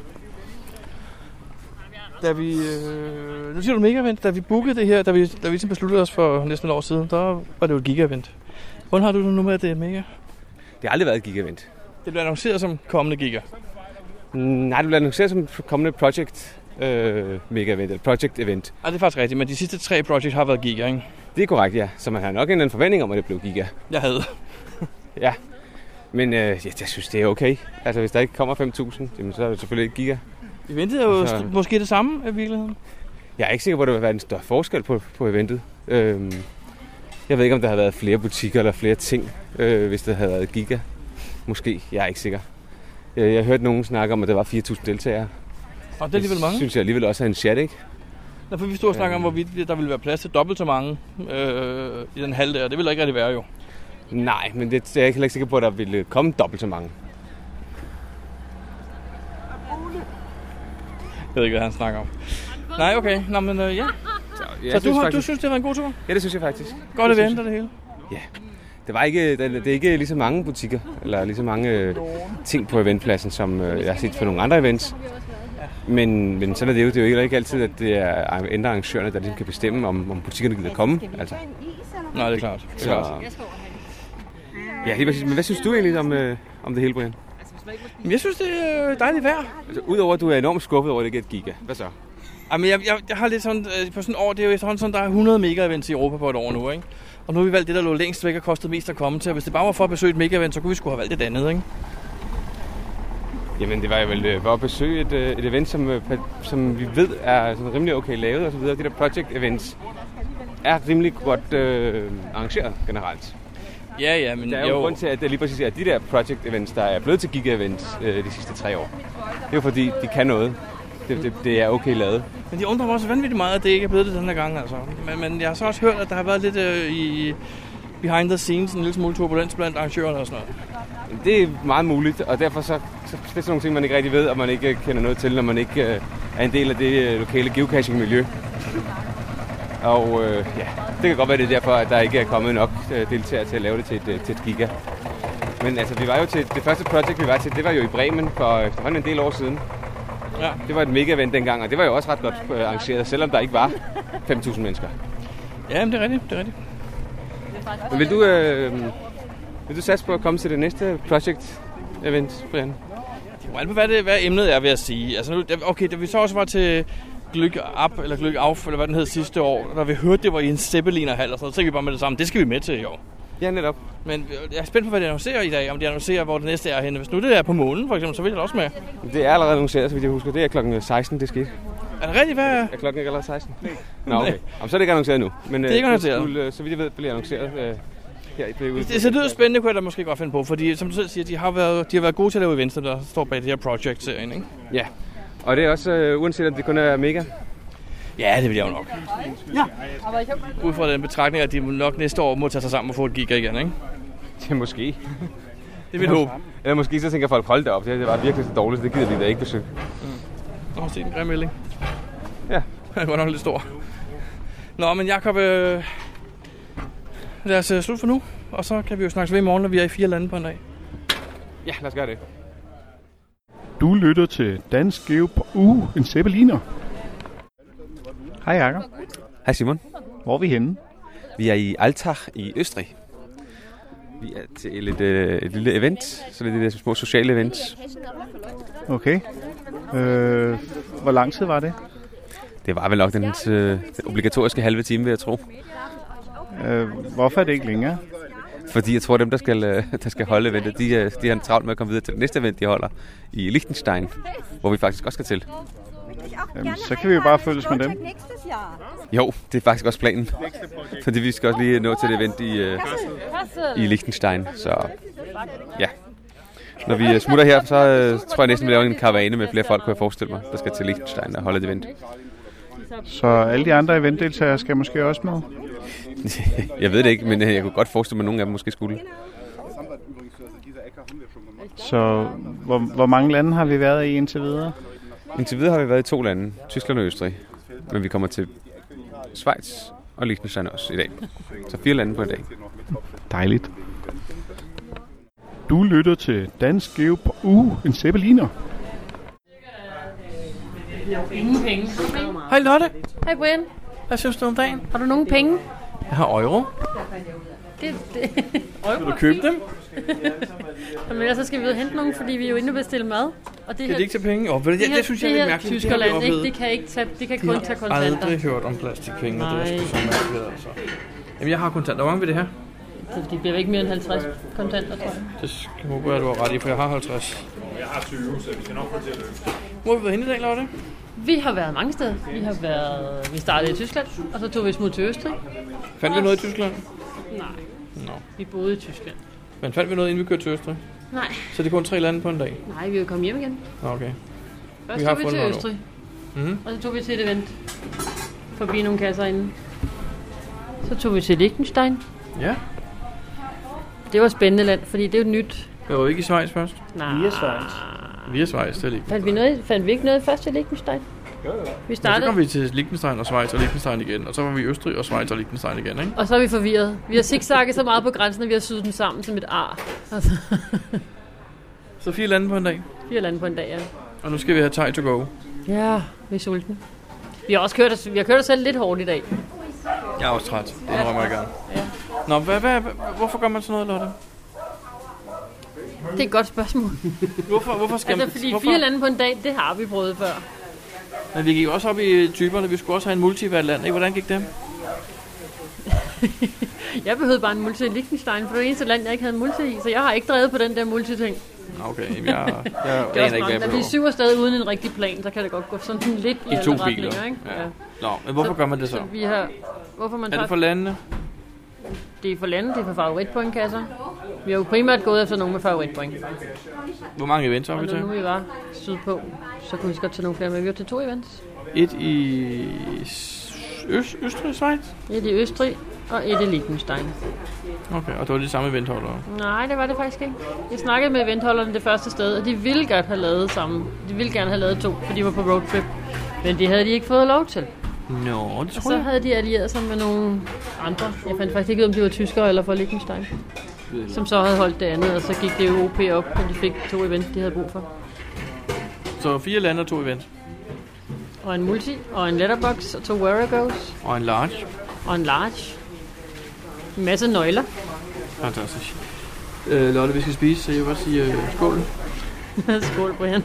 Da vi, nu siger du mega-event, da vi bookede det her, da vi besluttede os for næsten et år siden, der var det jo et giga-event. Hvordan har du det nu med, at det er mega? Det har aldrig været et giga-event. Det blev annonceret som kommende giga? Nej, det blev annonceret som kommende project mega-event, eller project-event. Det er faktisk rigtigt, men de sidste 3 project har været giga, ikke? Det er korrekt, ja. Så man har nok en eller anden forventning om, at det blev giga. Jeg havde. Ja, men jeg synes, det er okay. Altså, hvis der ikke kommer 5.000, jamen, så er det selvfølgelig ikke giga. Eventet er jo måske det samme i virkeligheden. Jeg er ikke sikker på, at der vil være en større forskel på eventet. Jeg ved ikke, om der har været flere butikker eller flere ting, hvis det havde været giga. Måske. Jeg er ikke sikker. Jeg har hørt nogen snakke om, at der var 4.000 deltagere. Og det er alligevel mange. Synes jeg alligevel også er en chat, ikke? Nå, for vi stod og snakkede om, hvorvidt der ville være plads til dobbelt så mange i den halv der. Det ville ikke rigtig være, jo. Nej, men det er jeg heller ikke sikker på, at der ville komme dobbelt så mange. Jeg ved ikke, hvad han snakker om. Nej, okay. Nå, men ja. Så du synes, det var en god tur? Ja, det synes jeg faktisk. Godt event og det hele? Ja. Det er ikke lige så mange butikker, eller lige så mange ting på eventpladsen, som jeg har set for nogle andre events. Men sådan er det jo. Det er jo ikke altid, at det er arrangørerne, der ligesom kan bestemme, om butikkerne gider komme. Altså. Nej, det er klart. Ja, helt præcis. Men hvad synes du egentlig om det hele, Brian? Jeg synes, det er dejligt vejr. Altså, udover at du er enormt skuffet over, at det ikke er et giga. Hvad så? Jamen, jeg har lidt sådan, på sådan et år, det er jo efterhånden sådan, der er 100 mega-events i Europa på et år nu, ikke? Og nu har vi valgt det, der lå længst væk og kostede mest at komme til. Og hvis det bare var for at besøge et mega-event, så kunne vi sgu have valgt et andet, ikke? Jamen, det var jo vel for at besøge et event, som vi ved er sådan rimelig okay lavet og så videre. De der project events er rimelig godt arrangeret generelt. Ja, men der er jo grund til, at det lige præcis er de der project events, der er blevet til giga-events de sidste 3 år. Det er jo fordi, de kan noget. Det er okay lavet. Men de undrer mig også vanvittigt meget, at det ikke er blevet det den her gang, altså. Men jeg har så også hørt, at der har været lidt behind the scenes, en lille smule turbulens blandt arrangørerne og sådan noget? Det er meget muligt, og derfor så det er sådan nogle ting, man ikke rigtig ved, og man ikke kender noget til, når man ikke er en del af det lokale geocaching-miljø. Og det kan godt være, det er derfor, at der ikke er kommet nok deltagere til at lave det til et giga. Men altså, vi var jo til det første projekt, vi var til, det var jo i Bremen for efterhånden en del år siden. Ja. Det var et mega-event dengang, og det var jo også ret godt arrangeret, selvom der ikke var 5.000 mennesker. Ja, men det er rigtigt. Men vil du satse på at komme til det næste project-event, Brian? Det er jo alt på, hvad emnet er, vil jeg sige. Altså, okay, da vi så også var til Glück Up, eller Glück Auf, eller hvad den hed sidste år, da vi hørte, det var i en Zeppeliner-hal og sådan noget, så tænkte vi bare med det samme. Det skal vi med til i år. Ja, netop. Men jeg er spændt på, hvad de annoncerer i dag, om de annoncerer, hvor det næste er henne. Hvis nu det er på månen, for eksempel, så vil jeg da også med. Det er allerede annonceret, så vidt jeg husker. Det er klokken 16, det skete. Er det rigtigt? Hvad er klokken ikke allerede 16? Nå, okay. Jamen, så er det ikke annonceret nu. Men, det er ikke annonceret. Så vidt jeg ved, bliver annonceret her i perioden. Det lyder spændende, kunne jeg da måske godt finde på, fordi som du selv siger, de har været gode til at lave events, der står bag det her project-serien, ikke? Ja, og det er også, uanset om det kun er mega. Ja, det vil jeg jo nok. Ja. Ud fra den betragtning, at de nok næste år må tage sig sammen og få et giga igen, ikke? Det er måske. Det vil håbe. Eller måske så tænker folk, hold det op. Det var virkelig så dårligt, så det gider vi da ikke besøge. Nå, se en grim melding. Ja. Det var nok lidt stor. Nå, men Jacob, lad os slutte for nu. Og så kan vi jo snakke ved i morgen, når vi er i 4 lande på en dag. Ja, lad os gøre det. Du lytter til Dansk Geo på en Zeppeliner. Hej Jacob. Hej Simon. Hvor er vi henne? Vi er i Altach i Østrig. Vi er til et lille event, så det er et små sociale events. Okay. Hvor lang tid var det? Det var vel nok den obligatoriske halve time, vil jeg tro. Hvorfor er det ikke længere? Fordi jeg tror, dem, der skal holde eventet, de har travlt med at komme videre til det næste event, de holder i Liechtenstein, hvor vi faktisk også skal til. Jamen, så kan vi jo bare følges med dem. Jo, det er faktisk også planen. Fordi vi skal også lige nå til det event i Liechtenstein. Så ja. Når vi smutter her, så tror jeg næsten, vi laver en karavane med flere folk, kunne jeg forestille mig, der skal til Liechtenstein og holde et event. Så alle de andre eventdeltagere skal måske også med? Jeg ved det ikke, men jeg kunne godt forestille mig, at nogle af dem måske skulle. Så hvor mange lande har vi været i indtil videre? Indtil videre har vi været i 2 lande, Tyskland og Østrig. Men vi kommer til Schweiz og Liechtenstein også i dag. Så 4 lande på en dag. Dejligt. Du lytter til Dansk Geo på en Zeppeliner. Ingen penge. Hej Lotte. Hej Brian. Hvad synes du om dagen? Har du nogen penge? Jeg har euro. Det. Vil du købe dem? Men ellers så skal vi ud og hente nogen, fordi vi er jo inde og bestille mad. Og det kan de ikke tage penge? Det synes jeg er mærkeligt. Tyskland, ikke? Det kan ikke tage, det kan kun tage kontanter. Jeg har aldrig hørt om plastikpenge, og det er så mærkeligt, altså. Jamen, jeg har kontanter. Hvor mange vil det her? Det bliver ikke mere end 50 kontanter, tror jeg. Det håber jeg, du har ret i, for jeg har 50. Jeg har 20, så vi skal nok få til at løbe. Hvor har vi været henne i dag, Lotte? Vi har været mange steder. Vi startede i Tyskland, og så tog vi smut til Østrig. Fandt vi noget i Tyskland? Nej. No. Vi boede i Tyskland. Men fandt vi noget, inden vi kørte til Østrig? Nej. Så det er kun 3 lande på en dag? Nej, vi vil komme hjem igen. Okay. Først tog vi til Østrig, og så tog vi til et event forbi nogle kasser inden. Så tog vi til Liechtenstein. Ja. Det var et spændende land, fordi det er jo nyt. Det var ikke i Schweiz først? Nej. Via Schweiz, det er lige. Fandt vi ikke noget først til Liechtenstein? Vi startede. Så kom vi til Liechtenstein og Schweiz og Liechtenstein igen, og så var vi i Østrig og Schweiz og Liechtenstein igen, ikke? Og så er vi forvirret. Vi har zigzagget så meget på grænsen, at vi har syet dem sammen som et ar. Altså. Så 4 lande på en dag? 4 lande på en dag, ja. Og nu skal vi have Thai to go. Ja, vi er sultne. Vi har også kørt os selv lidt hårdt i dag. Jeg er også træt. Det indrømmer jeg gerne. Ja. Nå, hvorfor gør man sådan noget, Lotte? Det er et godt spørgsmål. Hvorfor skal man... Fordi 4 lande på en dag, det har vi prøvet før. Men vi gik også op i typerne. Vi skulle også have en multi-hvert land, ikke? Hvordan gik det? Jeg behøvede bare en multi i Liechtenstein, for det var eneste land, jeg ikke havde en multi i. Så jeg har ikke drevet på den der multi-ting. Okay, jeg aner ikke, hvad jeg Når vi 7 afsted uden en rigtig plan, så kan det godt gå sådan lidt i alle retninger, ikke? Ja. Nå, men hvorfor gør man det så? Vi har... Hvorfor man er det for landene? Det er for landene, det er for favoritpointkasser. Vi har jo primært gået efter nogen med favoritpoint. Hvor mange events har vi til? Og nu vi var sydpå, så kunne vi godt tage nogle flere, men vi var til 2 events. Et i Østrig, Schweiz? Et i Østrig, og et i Liechtenstein. Okay, og det var de samme eventholdere? Nej, det var det faktisk ikke. Jeg snakkede med eventholderne det første sted, og de ville gerne have lavet sammen. De ville gerne have lavet 2, for de var på roadtrip. Men det havde de ikke fået lov til. Nå, det tror jeg. Og så havde de allieret sig med nogle andre. Jeg fandt faktisk ikke ud, om de var tyskere eller fra Liechtenstein. Som så havde holdt det andet, og så gik det jo OP op, og de fik 2 events, de havde brug for. Så 4 lande og 2 events? Og en multi, og en letterbox, og 2 Waragos. Og en large? Og en large. En masse nøgler. Fantastisk. Lotte, vi skal spise, så jeg vil bare sige skål. Skål, Brian.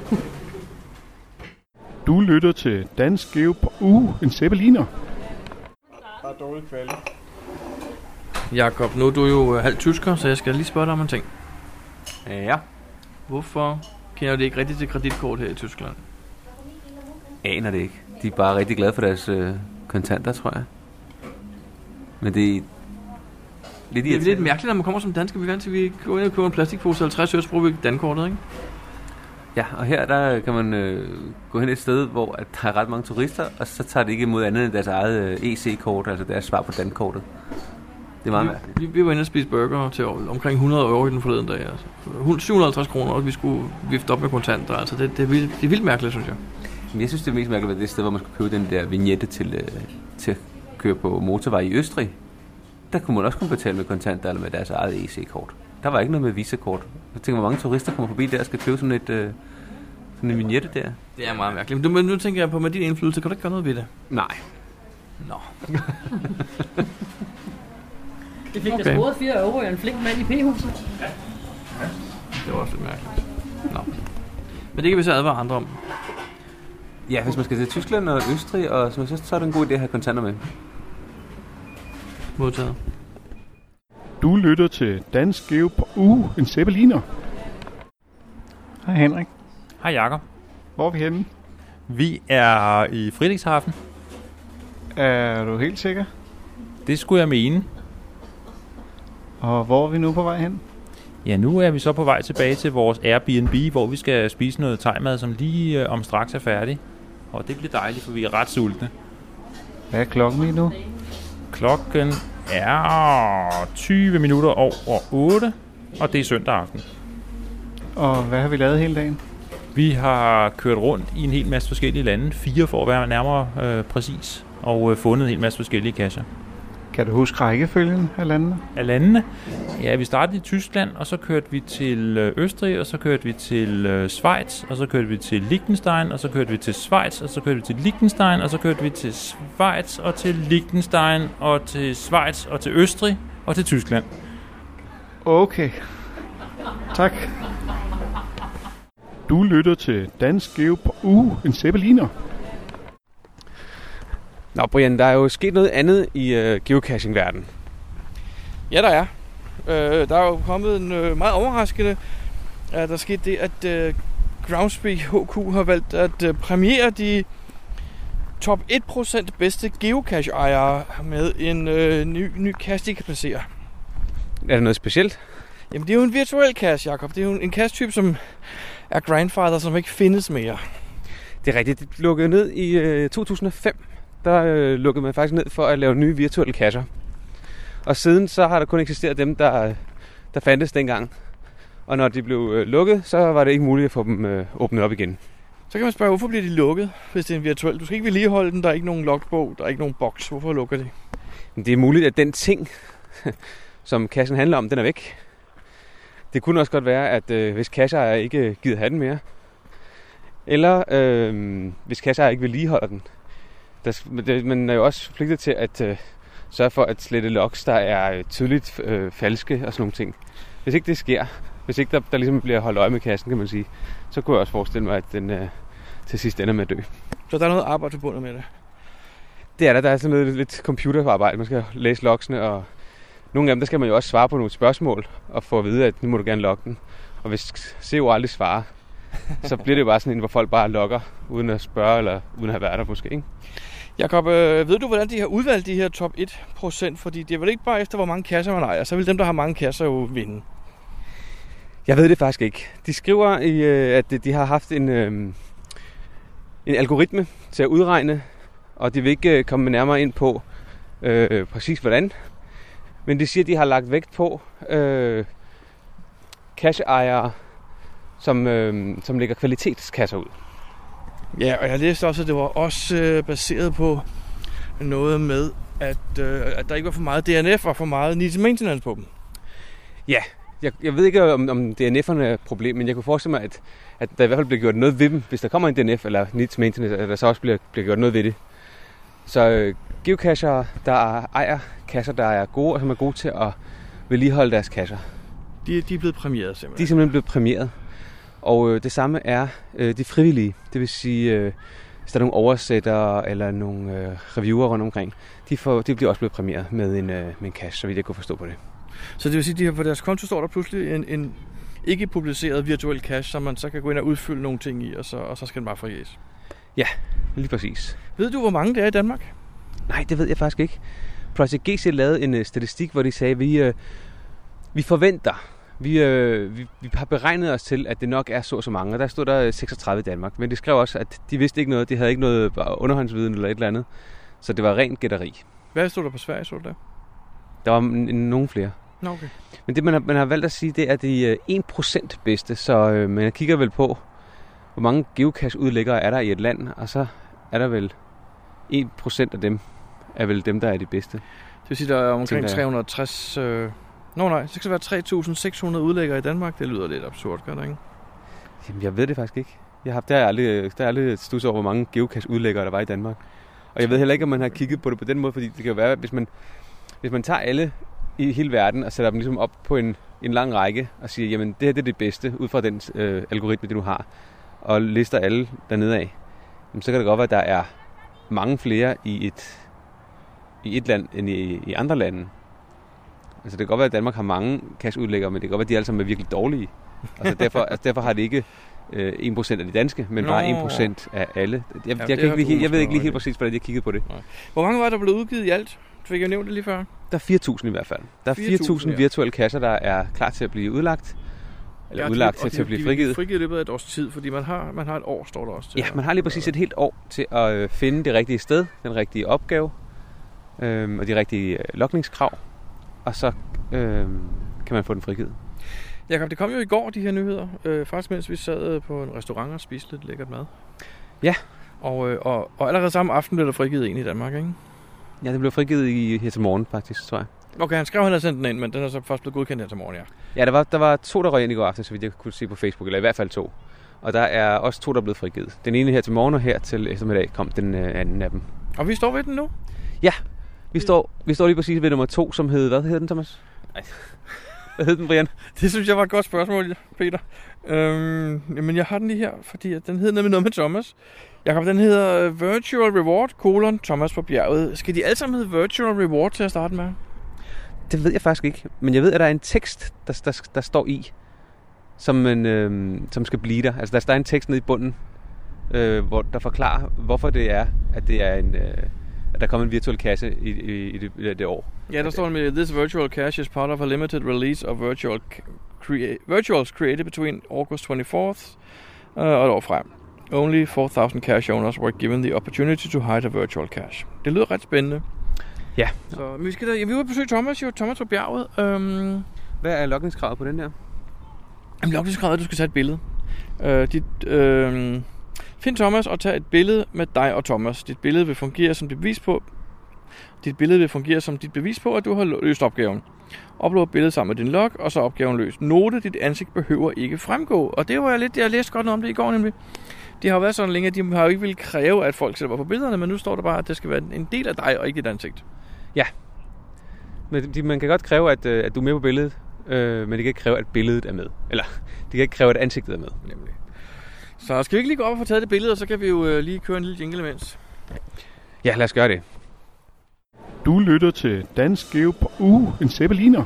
Du lytter til Dansk Geo på en zeppeliner. Bare dårlig kvalitet. Jakob, nu er du jo halvt tysker, så jeg skal lige spørge dig om en ting. Ja. Hvorfor kender du ikke rigtig til kreditkort her i Tyskland? Aner det ikke. De er bare rigtig glade for deres kontanter, tror jeg. Men det er lidt mærkeligt, når man kommer som dansker. Vi vi går ind og køber en plastikpose 50 øre, så bruger vi dankortet, ikke? Ja, og her der kan man gå hen et sted, hvor at der er ret mange turister, og så tager det ikke imod andet end deres eget EC-kort, altså deres svar på dankortet. Det er meget mærkeligt. Vi var inde og spise burger til omkring 100 euro i den forleden dag. Altså. 750 kroner, og vi skulle vifte op med kontanter. Altså, det er vildt mærkeligt, synes jeg. Men jeg synes, det er mest mærkeligt ved det sted, hvor man skulle købe den der vignette til at køre på motorvej i Østrig. Der kunne man også kunne betale med kontanter eller med deres eget EC-kort. Der var ikke noget med Visa-kort. Jeg tænker, hvor mange turister kommer forbi der og skal købe sådan en vignette der. Det er meget mærkeligt. Men nu tænker jeg på, med din indflydelse, kan du ikke gøre noget ved det? Nej. Nå. Det fik da scoret 4 euro af en flink mand i P-huset. Ja. Det var også lidt mærkeligt. Nå. Men det kan vi så advare andre om. Ja, hvis man skal til Tyskland og Østrig, og så er det en god idé at have kontanter med. Modtaget. Du lytter til Dansk Geo på en zeppeliner. Hej Henrik. Hej Jakob. Hvor er vi henne? Vi er i Friedrichshafen. Er du helt sikker? Det skulle jeg mene. Og hvor er vi nu på vej hen? Ja, nu er vi så på vej tilbage til vores Airbnb, hvor vi skal spise noget thai-mad, som lige om straks er færdig. Og det bliver dejligt, for vi er ret sultne. Hvad er klokken lige nu? Klokken er 20 minutter over 8, og det er søndag aften. Og hvad har vi lavet hele dagen? Vi har kørt rundt i en hel masse forskellige lande, 4 for at være nærmere præcis, og fundet en hel masse forskellige kasser. Kan du huske rækkefølgen af landene? Af landene? Ja, vi startede i Tyskland, og så kørte vi til Østrig, og så kørte vi til Schweiz, og så kørte vi til Liechtenstein, og så kørte vi til Schweiz, og så kørte vi til Liechtenstein, og så kørte vi til Schweiz, og til Liechtenstein, og til Schweiz, og til Østrig, og til Tyskland. Okay. Tak. Du lytter til Dansk Geo på en zeppeliner. Nå Brian, der er jo sket noget andet i geocaching-verdenen. Ja, der er. Der er jo kommet en meget overraskende. Der skete det, at Groundspeak HQ har valgt at præmiere de top 1% bedste geocache-ejere med en ny cache, de kan placere. Er det noget specielt? Jamen, det er jo en virtuel cache, Jakob. Det er jo en cache-type, som er grandfather, som ikke findes mere. Det er rigtigt. Det lukkede ned i 2005. Der lukkede man faktisk ned for at lave nye virtuelle cacher. Og siden så har der kun eksisteret dem, der fandtes dengang. Og når de blev lukket, så var det ikke muligt at få dem åbnet op igen. Så kan man spørge, hvorfor bliver de lukket, hvis det er en virtuel? Du skal ikke vedligeholde den, der er ikke nogen logbog, der er ikke nogen boks. Hvorfor lukker de? Det er muligt, at den ting, som cachen handler om, den er væk. Det kunne også godt være, at hvis cacher ikke gider have den mere, eller hvis cacher ikke vedligeholder den, man er jo også forpligtet til at sørge for at slette logs, der er tydeligt falske og sådan nogle ting. Hvis ikke det sker, hvis ikke der ligesom bliver holdt øje med kassen, kan man sige, så kunne jeg også forestille mig, at den til sidst ender med at dø. Så der er noget arbejde forbundet med det? Det er der. Der er sådan noget lidt computerarbejde. Man skal læse logsene, og nogle af dem, der skal man jo også svare på nogle spørgsmål, og få at vide, at nu må du gerne logge den. Og hvis CO aldrig svarer, så bliver det jo bare sådan en, hvor folk bare logger, uden at spørge, eller uden at have været der måske, ikke? Jakob, ved du, hvordan de har udvalgt de her top 1%? Fordi det er vel ikke bare efter, hvor mange kasser man ejer. Så vil dem, der har mange kasser, jo vinde. Jeg ved det faktisk ikke. De skriver, at de har haft en algoritme til at udregne, og de vil ikke komme nærmere ind på præcis hvordan. Men de siger, at de har lagt vægt på kasseejere, som lægger kvalitetskasser ud. Ja, og jeg læste også, at det var også baseret på noget med, at der ikke var for meget DNF og for meget needs maintenance på dem. Ja, jeg ved ikke, om DNF'erne er et problem, men jeg kunne forestille mig, at der i hvert fald bliver gjort noget ved dem. Hvis der kommer en DNF eller needs maintenance, at der så også bliver gjort noget ved det. Så geocacher, der ejer kasser, der er gode, og som er gode til at vedligeholde deres kasser. De er blevet præmieret simpelthen? De er simpelthen blevet præmieret. Og det samme er de frivillige. Det vil sige, hvis der er nogle oversættere eller nogle reviewer rundt omkring, de bliver også blevet præmieret med en cache, så vidt jeg kunne forstå på det. Så det vil sige, at de her på deres konto står der pludselig en ikke publiceret virtuel cache, som man så kan gå ind og udfylde nogle ting i, og så skal den bare frigives? Ja, lige præcis. Ved du, hvor mange det er i Danmark? Nej, det ved jeg faktisk ikke. Project GC lavede en statistik, hvor de sagde, at vi forventer, vi har beregnet os til, at det nok er så mange, og der stod der 36 i Danmark. Men det skrev også, at de vidste ikke noget, de havde ikke noget underhåndsviden eller et eller andet, så det var rent gætteri. Hvad stod der på Sverige, så der? Der var nogen flere. Nå, okay. Men det, man har valgt at sige, det er de 1% bedste, så man kigger vel på, hvor mange geocache-udlæggere er der i et land, og så er der vel 1% af dem, er vel dem, der er de bedste. Det vil sige, der er omkring 360... så skal det være 3.600 udlæggere i Danmark. Det lyder lidt absurd, gør det ikke? Jamen, jeg ved det faktisk ikke. Der har aldrig studset over, hvor mange geocache-udlæggere der var i Danmark. Og jeg ved heller ikke, om man har kigget på det på den måde, fordi det kan jo være, hvis man tager alle i hele verden og sætter dem ligesom op på en lang række og siger, jamen det her det er det bedste ud fra den algoritme, det du har, og lister alle dernede af, jamen, så kan det godt være, at der er mange flere i et land end i andre lande. Altså det kan godt være, at Danmark har mange cache-udlæggere, men det kan godt være, at de alle sammen er virkelig dårlige. Altså derfor har det ikke 1% af de danske, men bare 1% af alle. Jeg ved ikke lige helt præcis, hvordan jeg kiggede på det. Nej. Hvor mange var der blevet udgivet i alt? Fik jeg nævnt det lige før? Der er 4.000 i hvert fald. Der er 4.000 virtuelle kasser, der er klar til at blive udlagt. Eller udlagt til at blive frigivet. Frigivet i løbet af et års tid, fordi man har et år, står der også til. Ja, man har lige præcis et helt år til at finde det rigtige sted, den rigtige opgave, og de rigtige logningskrav. Og så kan man få den frigivet. Jakob, det kom jo i går, de her nyheder. Faktisk mens vi sad på en restaurant og spiste lidt lækkert mad. Ja. Og allerede samme aften blev der frigivet en i Danmark, ikke? Ja, det blev frigivet her til morgen, faktisk, tror jeg. Okay, han skrev, han havde sendt den ind, men den er så først blevet godkendt her til morgen, ja. Ja, der var 2, der røg ind i går aften, så vidt jeg kunne se på Facebook, eller i hvert fald 2. Og der er også 2, der er blevet frigivet. Den ene her til morgen, og her til eftermiddag kom den anden af dem. Og vi står ved den nu? Ja, vi står lige præcis ved nummer 2, som hed... Hvad hed den, Thomas? Nej. Hvad hed den, Brian? Det synes jeg var et godt spørgsmål, Peter. Men jeg har den lige her, fordi den hed noget med Thomas. Jakob, den hedder Virtual Reward, Thomas på bjerget. Skal de alle sammen hedde Virtual Reward til at starte med? Det ved jeg faktisk ikke. Men jeg ved, at der er en tekst, der står i, som skal blive der. Altså, der er en tekst nede i bunden, hvor der forklarer, hvorfor det er, at det er at der kommer en virtuel kasse i det år. Ja, der står med, this virtual cache is part of a limited release of virtuals created between August 24th og et år frem. Only 4,000 cache owners were given the opportunity to hide a virtual cache. Det lyder ret spændende. Ja. Så vi skal vi vil besøge Thomas på bjerget. Hvad er logningskravet på den her? Logningskravet er, at du skal tage et billede. Find Thomas og tag et billede med dig og Thomas. Dit billede vil fungere som dit bevis på, at du har løst opgaven. Upload billedet sammen med din log, og så opgaven løst. Note, dit ansigt behøver ikke fremgå. Og det var jeg læste godt noget om det i går nemlig. Det har jo været sådan længe, at de har jo ikke ville kræve, at folk sætter på billederne, men nu står der bare, at det skal være en del af dig og ikke dit ansigt. Ja. Men man kan godt kræve, at du er med på billedet, men det kan ikke kræve, at billedet er med. Eller, det kan ikke kræve, at ansigtet er med. Nemlig. Så skal vi ikke lige gå op og få taget det billede, og så kan vi jo lige køre en lille jingle imens. Ja, lad os gøre det. Du lytter til Dansk Geo på en zeppeliner.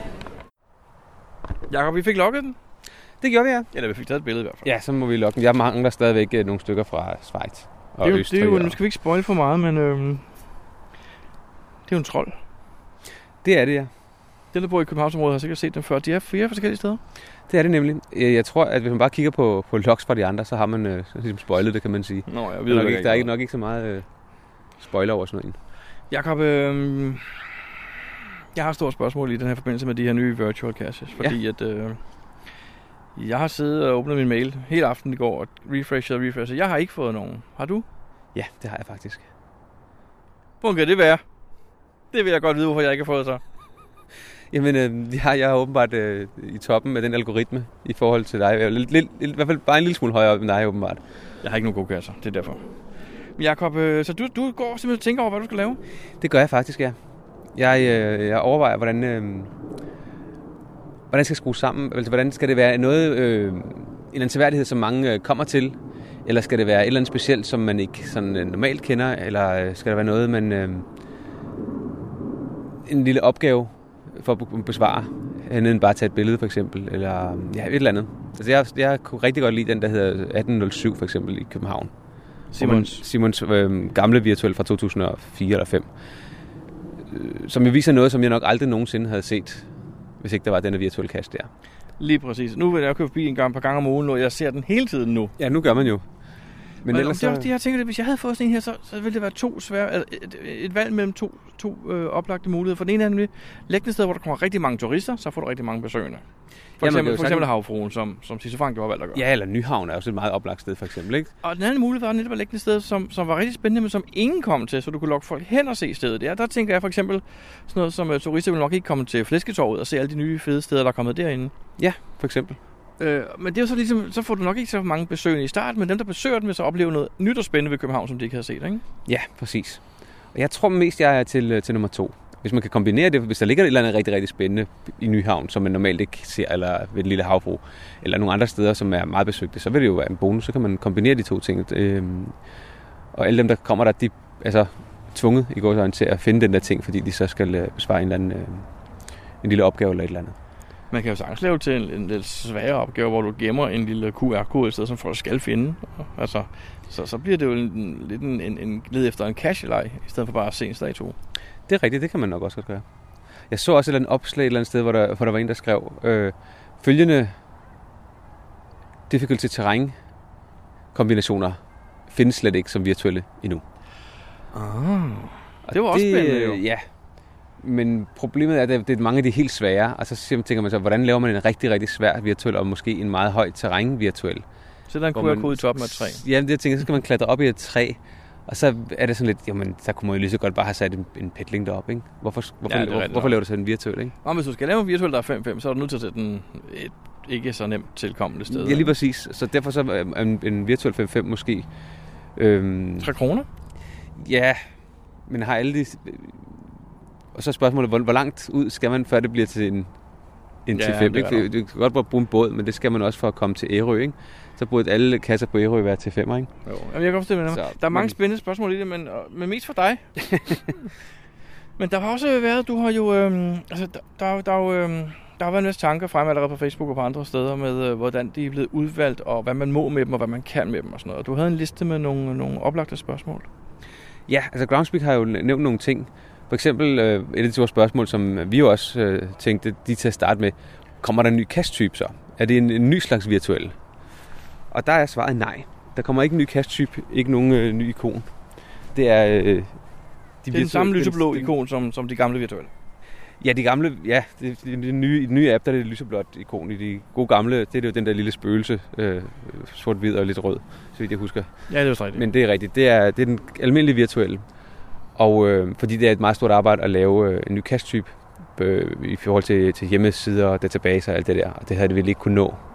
Jakob, vi fik logget den. Det gjorde vi, ja. Eller vi fik taget et billede i hvert fald. Ja, så må vi logge den. Jeg mangler stadigvæk nogle stykker fra Schweiz og Østrig. Det er jo, nu skal vi ikke spoil for meget, men det er jo en trold. Det er det, ja. Den, der bor i Københavnsområdet, har sikkert set dem før. De er 4 forskellige steder. Det er det nemlig. Jeg tror, at hvis man bare kigger på logs fra de andre, så har man ligesom spoilet det, kan man sige. Nå, der er nok ikke så meget spoiler over sådan noget. Jakob, Jeg har et stort spørgsmål i den her forbindelse med de her nye virtual caches, fordi at jeg har siddet og åbnet min mail hele aften i går og refreshet. Jeg har ikke fået nogen. Har du? Ja, det har jeg faktisk. Hvordan kan det være? Det vil jeg godt vide, hvorfor jeg ikke har fået så. Jamen, jeg er åbenbart i toppen med den algoritme i forhold til dig. I hvert fald bare en lille smule højere op end dig, åbenbart. Jeg har ikke nogen gode kasser, det er derfor. Jakob, så du går simpelthen og tænker over, hvad du skal lave? Det gør jeg faktisk, ja. Jeg overvejer, hvordan skal jeg skrue sammen? Altså, hvordan skal det være noget, en eller anden seværdighed, som mange kommer til? Eller skal det være et eller andet specielt, som man ikke sådan normalt kender? Eller skal det være noget, man en lille opgave for at besvare, end bare tage et billede for eksempel, eller ja, et eller andet. Altså jeg kunne rigtig godt lide den, der hedder 1807 for eksempel i København. Simons gamle virtuelle fra 2004 eller 5. Som jo viser noget, som jeg nok aldrig nogensinde havde set, hvis ikke der var denne virtuelle cache der. Lige præcis. Nu vil jeg køre forbi et par gange om ugen, og jeg ser den hele tiden nu. Ja, nu gør man jo. Men ellers det er også det, jeg tænker, at hvis jeg havde fået sådan en her, så ville det være et valg mellem to oplagte muligheder. For den ene er nemlig Lægnested, hvor der kommer rigtig mange turister, så får du rigtig mange besøgende. For eksempel Havfruen, som Tisse Frank jo har valgt at gøre. Ja, eller Nyhavn er også et meget oplagt sted, for eksempel, ikke? Og den anden mulighed var netop at Lægnested, som var rigtig spændende, men som ingen kom til, så du kunne lokke folk hen og se stedet. Ja, der tænker jeg for eksempel sådan noget som turister vil nok ikke komme til Flæsketorvet og se alle de nye fede steder, der er kommet derinde. Ja, for eksempel. Men det er jo så ligesom, så får du nok ikke så mange besøgende i starten, men dem, der besøger den, vil så opleve noget nyt og spændende ved København, som de ikke havde set, ikke? Ja, præcis. Og jeg tror mest, jeg er til nummer 2. Hvis man kan kombinere det, hvis der ligger et eller andet rigtig, rigtig spændende i Nyhavn, som man normalt ikke ser, eller ved et lille havbro, eller nogle andre steder, som er meget besøgte, så vil det jo være en bonus. Så kan man kombinere de to ting. Og alle dem, der kommer der, de er så tvunget i går til at finde den der ting, fordi de så skal besvare en eller anden en lille opgave eller et eller andet. Man kan jo sagtens lave til en lidt sværere opgave, hvor du gemmer en lille QR-kode et sted, som folk skal finde. Altså, så bliver det jo lidt en led efter en cache-leg, i stedet for bare at se en statue. Det er rigtigt, det kan man nok også godt gøre. Jeg så også et eller andet opslag et eller andet sted, hvor der var en, der skrev følgende difficulty terrain kombinationer findes slet ikke som virtuelle endnu. Det var også spændende jo. Ja, men problemet er, at det er mange af de helt svære, og så tænker man så, hvordan laver man en rigtig, rigtig svær virtuel, og måske en meget høj terræn virtuel. Så der er en QR-kode i toppen af et træ. Ja, det jeg tænker, så skal man klatre op i et træ, og så er det sådan lidt, jamen, så kunne man jo lige så godt bare have sat en petling deroppe, ikke? Hvorfor laver du så en virtuel, ikke? Og hvis du skal lave en virtuel, der er 5-5, så er du nødt til at sætte den et ikke så nemt tilkommende sted. Ja, lige præcis. Så derfor så er en virtuel 5-5 måske 3 kroner? Ja, men har alle de... Og så er spørgsmålet, hvor langt ud skal man, før det bliver til en til 5? Ikke? Du kan godt bare bruge en båd, men det skal man også for at komme til Ærø, ikke? Så burde alle kasser på Ærø være til 5, ikke? Jo, jeg kan godt forstå det. Der er mange spændende spørgsmål i det, men mest for dig. Men der har også været, du har jo... der har været en masse tanker frem allerede på Facebook og på andre steder med, hvordan de er blevet udvalgt, og hvad man må med dem, og hvad man kan med dem og sådan noget. Du havde en liste med nogle oplagte spørgsmål. Ja, altså Groundspeak har jo nævnt nogle ting. For eksempel et af de store spørgsmål, som vi jo også tænkte, de til at starte med, kommer der en ny cache-type så? Er det en ny slags virtuel? Og der er svaret nej. Der kommer ikke en ny cache-type, ikke nogen ny ikon. Det er... det er den samme lyseblå ikon som de gamle virtuelle? Ja, de gamle, ja. I den nye app, der er det lyseblåt ikon. I de gode gamle, det er jo den der lille spøgelse, sort-hvid og lidt rød, så vidt jeg husker. Ja, det er jo rigtigt. Men det er rigtigt. Det er den almindelige virtuelle. Og fordi det er et meget stort arbejde at lave en ny cache-type i forhold til hjemmesider og databaser og alt det der, og det havde det vel ikke kunne nå.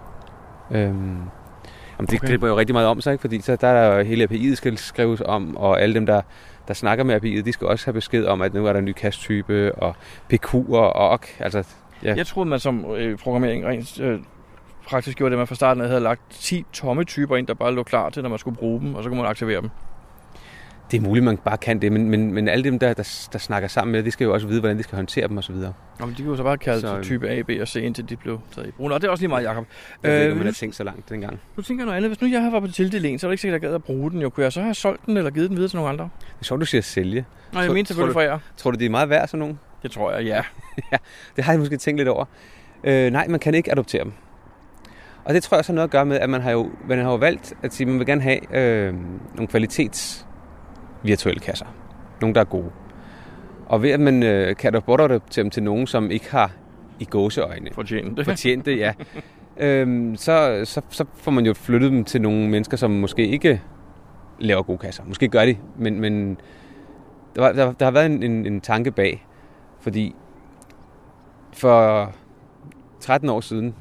Det griber jo rigtig meget om sig, ikke? Fordi så der er hele API'et skal skrives om, og alle dem, der snakker med API'et, de skal også have besked om, at nu er der en ny cache-type, og PQ'er og altså, ja. Jeg troede, man som programmering rent praktisk gjorde det, man fra starten havde lagt 10 tomme typer ind, der bare lå klar til, når man skulle bruge dem, og så kunne man aktivere dem. Det er muligt, man bare kan det, men alle dem, der snakker sammen med, de skal jo også vide, hvordan de skal håndtere dem og så videre. Nå, men de kan jo så bare kalde type A, B og C, indtil de blev taget i brug. Og det er også lige meget, Jacob. Jeg ved ikke, om man har tænkt så langt dengang. Nu tænker jeg noget andet. Hvis nu jeg havde været på tildeling, så er det ikke sikkert, at jeg gad at bruge den. Kunne jeg så have solgt den, eller givet den videre til nogle andre? Det er sjovt, du siger sælge. Nej, jeg mener selvfølgelig for jer. Tror du, det er meget værd, sådan nogen? Det tror jeg, ja. Ja, det har jeg måske tænkt lidt over. Nej, man kan ikke adoptere dem. Og det tror jeg også har noget at gøre med, at man har jo valgt at sige, at man vil gerne have nogle kvalitets virtuelle kasser. Nogle, der er gode. Og ved at man kan adoptere dem til nogen, som ikke har i gåseøjne fortjent det, ja. Så får man jo flyttet dem til nogle mennesker, som måske ikke laver gode kasser. Måske gør de, men der har været en tanke bag. Fordi for 13 år siden,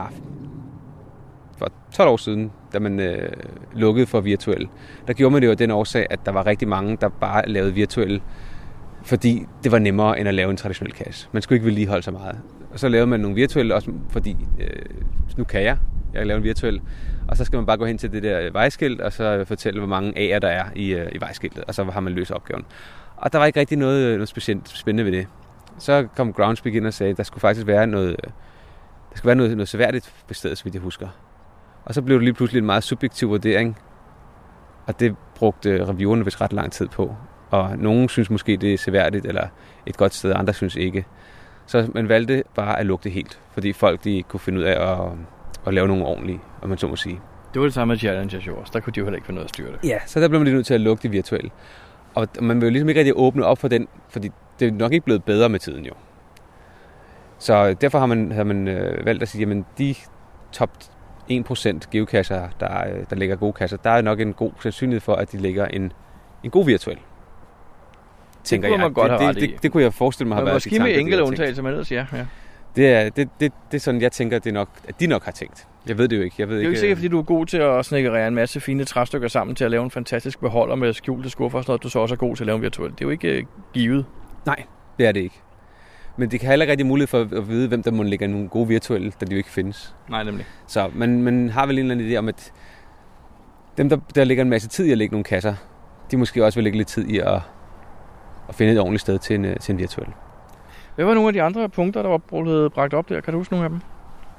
for 12 år siden, da man lukkede for virtuelle, der gjorde man det jo af den årsag, at der var rigtig mange, der bare lavede virtuelle, fordi det var nemmere end at lave en traditionel kasse. Man skulle ikke vedligeholde så meget. Og så lavede man nogle virtuelle, også fordi nu kan jeg lave en virtuel, og så skal man bare gå hen til det der vejskilt, og så fortælle, hvor mange A'er der er i vejskiltet, og så har man løst opgaven. Og der var ikke rigtig noget specielt spændende ved det. Så kom Groundspeak ind og sagde, at der skulle faktisk være noget seværdigt på stedet, så vidt jeg husker. Og så blev det lige pludselig en meget subjektiv vurdering, og det brugte reviewerne vist ret lang tid på. Og nogen synes måske, det er seværdigt eller et godt sted, andre synes ikke. Så man valgte bare at lukke det helt, fordi folk de kunne finde ud af at lave nogle ordentlige, om man så må sige. Det var det samme med Challengers jo også. Der kunne de jo heller ikke finde ud af at styre det. Ja, så der blev man lige nødt til at lukke det virtuelle. Og man vil jo ligesom ikke rigtig åbne op for den, fordi det er nok ikke blevet bedre med tiden jo. Så derfor har man valgt at sige, jamen de top 1% geokasser, der lægger gode kasser, der er nok en god sandsynlighed for, at de lægger en god virtuel. Det kunne man godt have ret i. Det kunne jeg forestille mig har været måske med enkelte undtagelser, men ellers ja. Det er sådan, jeg tænker, at de nok har tænkt. Jeg ved det jo ikke. Det er jo ikke sikkert, fordi du er god til at snekkerere en masse fine træstykker sammen til at lave en fantastisk beholder med skjulte skuffer og sådan noget, du så også er god til at lave en virtuel. Det er jo ikke givet. Nej, det er det ikke. Men det kan heller ikke rigtig mulighed for at vide, hvem der må lægge nogle gode virtuelle, da de jo ikke findes. Nej, nemlig. Så man har vel en eller anden idé om, at dem, der lægger en masse tid i at lægge nogle kasser, de måske også vil lægge lidt tid i at finde et ordentligt sted til en virtuel. Hvad var nogle af de andre punkter, der var blevet bragt op der? Kan du huske nogle af dem?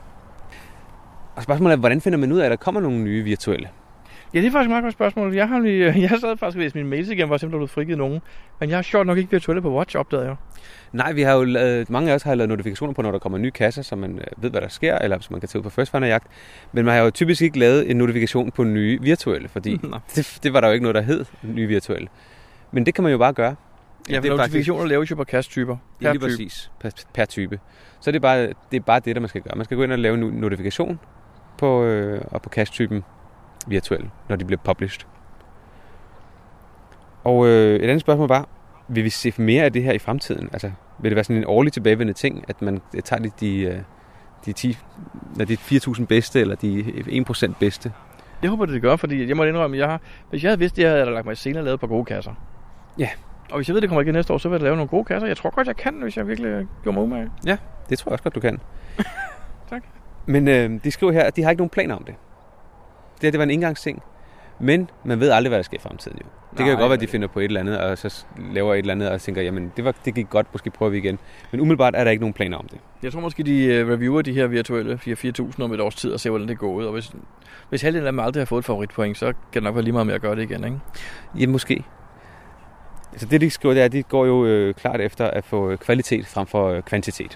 Og spørgsmålet er, hvordan finder man ud af, at der kommer nogle nye virtuelle? Ja, det er faktisk et meget godt spørgsmål. Jeg sad faktisk og læste mine mails igen, hvor jeg simpelthen blevet frigivet nogen. Men jeg har sjovt nok ikke virtuelle på Watch, opdagede jeg. Nej, vi har jo mange af os har lavet notifikationer på, når der kommer nye kasser, så man ved, hvad der sker, eller hvis man kan tage ud på First Finder-jagt. Men man har jo typisk ikke lavet en notifikation på nye virtuelle, fordi det var der jo ikke noget, der hed nye virtuelle. Men det kan man jo bare gøre. Ja, for notifikationer laves jo på kassetyper. Ja, lige præcis. Per type. Så det er bare det, der man skal gøre. Man skal gå ind og lave en notifikation på kassetypen virtuel, når de bliver published. Og et andet spørgsmål var, vil vi se mere af det her i fremtiden? Altså, vil det være sådan en årlig tilbagevendende ting, at man tager de 4.000 bedste, eller de 1% bedste? Jeg håber, det gør, fordi jeg må indrømme, hvis jeg havde vidst det, havde jeg lagt mig senere lavet på gode kasser. Ja. Og hvis jeg ved, det kommer igen næste år, så vil jeg lave nogle gode kasser. Jeg tror godt, jeg kan, hvis jeg virkelig gjorde mig umage. Ja, det tror jeg også godt, du kan. Tak. Men de skriver her, at de har ikke nogen planer om det. Det var en indgangsting. Men man ved aldrig, hvad der sker i fremtiden jo. Det kan jo godt være, at de finder på et eller andet, og så laver et eller andet, og tænker, jamen det gik godt, måske prøver vi igen. Men umiddelbart er der ikke nogen planer om det. Jeg tror måske, de reviewer de her virtuelle 4.000 om et års tid, og ser, hvordan det går ud. Og hvis halvdelen af dem aldrig har fået et favoritpoint, så kan det nok være lige meget med at gøre det igen, ikke? Ja, måske. Altså det, de skriver, det er, at de går jo klart efter at få kvalitet frem for kvantitet.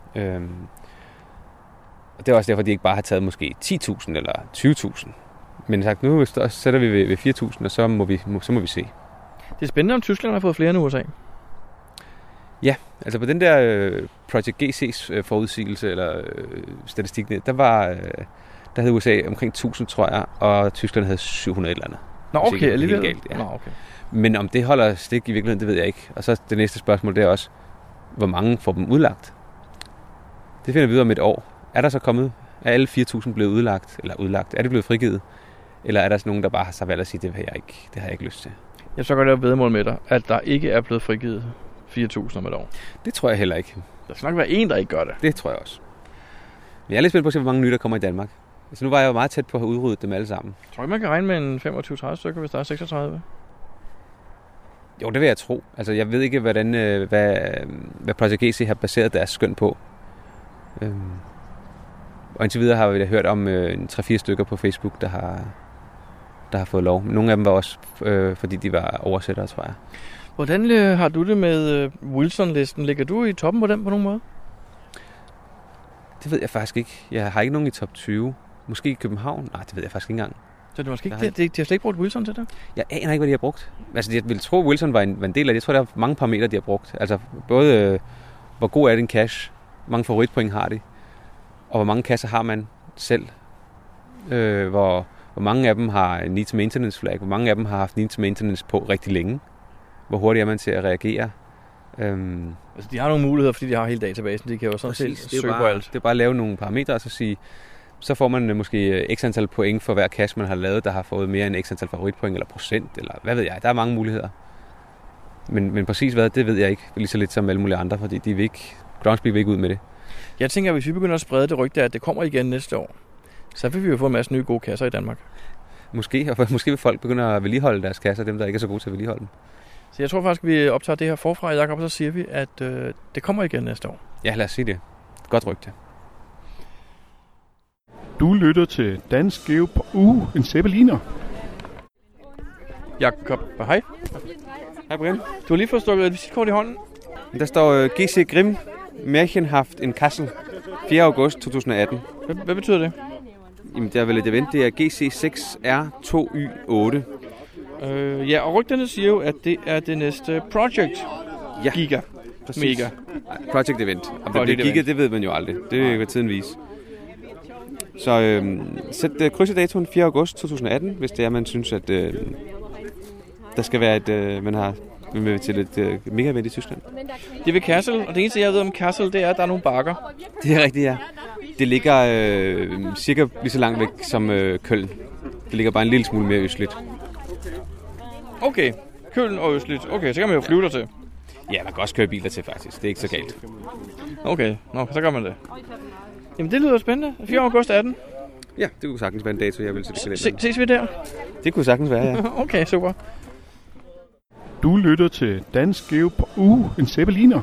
Og det er også derfor, de ikke bare har taget måske 10.000 eller 20.000. Men sagt, nu sætter vi ved 4.000, og så må vi se. Det er spændende, om Tyskland har fået flere end USA. Ja, altså på den der Project GC's forudsigelse, eller statistik, der havde USA omkring 1.000, tror jeg, og Tyskland havde 700 eller andet. Nå, okay, alligevel. Galt, ja. Nå, okay. Men om det holder stik i virkeligheden, det ved jeg ikke. Og så det næste spørgsmål, det er også, hvor mange får dem udlagt? Det finder vi ud om et år. Er der så kommet, er alle 4.000 blevet udlagt? Er det blevet frigivet? Eller er der sådan nogen, der bare har så valgt at sige, det har jeg ikke lyst til? Jeg så godt lave vedmål med dig, at der ikke er blevet frigivet 4.000 om et år. Det tror jeg heller ikke. Der skal nok være en, der ikke gør det. Det tror jeg også. Men jeg er lidt spændt på at se, hvor mange nye, der kommer i Danmark. Altså nu var jeg jo meget tæt på at have udryddet dem alle sammen. Jeg tror ikke, man kan regne med en 25-30 stykker, hvis der er 36. Jo, det vil jeg tro. Altså jeg ved ikke, hvad Project GC har baseret deres skøn på. Og indtil videre har vi da hørt om 3-4 stykker på Facebook, der har fået lov. Nogle af dem var også, fordi de var oversættere, tror jeg. Hvordan har du det med Wilson-listen? Ligger du i toppen på den på nogen måde? Det ved jeg faktisk ikke. Jeg har ikke nogen i top 20. Måske i København? Nej, det ved jeg faktisk ikke engang. Så det er måske ikke de har slet ikke brugt Wilson til det? Jeg aner ikke, hvad de har brugt. Altså, jeg ville tro, at Wilson var en del af det. Jeg tror, der er mange parametre, de har brugt. Altså, både hvor god er din cache, hvor mange favoritpoint har de, og hvor mange kasser har man selv. Hvor mange af dem har en need maintenance flag, hvor mange af dem har haft need maintenance på rigtig længe. Hvor hurtigt er man til at reagere. Altså, de har nogle muligheder, fordi de har hele databasen. De kan jo sådan set søge på alt. Det er bare at lave nogle parametre, og så sige, så får man måske x antal point for hver cache, man har lavet, der har fået mere end x antal favoritpoint, eller procent, eller hvad ved jeg. Der er mange muligheder. Men præcis hvad, det ved jeg ikke. Lige så lidt som alle mulige andre, fordi de vil ikke, Groundspeak vil ikke ud med det. Jeg tænker, at hvis vi begynder at sprede det rygte, at det kommer igen næste år, så vil vi jo få en masse nye gode kasser i Danmark. Måske vil folk begynde at vedligeholde deres kasser, dem der ikke er så gode til at vedligeholde dem. Så jeg tror faktisk, at vi optager det her forfra, Jakob, og så siger vi, at det kommer igen næste år. Ja, lad os sige det. Godt rygte. Du lytter til Dansk Geo på en zeppeliner. Jakob, hej. Hej Brian. Du har lige fået stukket et visitkort i hånden. Der står GC Grimm Märchenhaft in Kassel, 4. august 2018. Hvad betyder det? Jamen, der er vel et event, det er GC6R2Y8. Ja, og rygterne siger jo, at det er det næste Project Giga. Præcis. Mega. Project Event. Om det bliver Giga, det ved man jo aldrig. Det vil tiden vise. Så sæt krydset datoen 4. august 2018, hvis det er, man synes, at der skal være et, man har med til et mega-event i Tyskland. Det er ved Kassel, og det eneste, jeg ved om Kassel, det er, at der er nogle bakker. Det er rigtigt, ja. Det ligger cirka lige så langt væk som Køln. Det ligger bare en lille smule mere østligt. Okay, Køln og østligt. Okay, så kan man jo flyve der til. Ja, man kan også køre biler til, faktisk. Det er ikke så galt. Okay, så gør man det. Jamen, det lyder spændende. 4. august 18. Ja, det kunne sagtens være en dato, jeg vil til det. Ses vi der? Det kunne sagtens være, ja. Okay, super. Du lytter til Dansk Geo på en zeppeliner.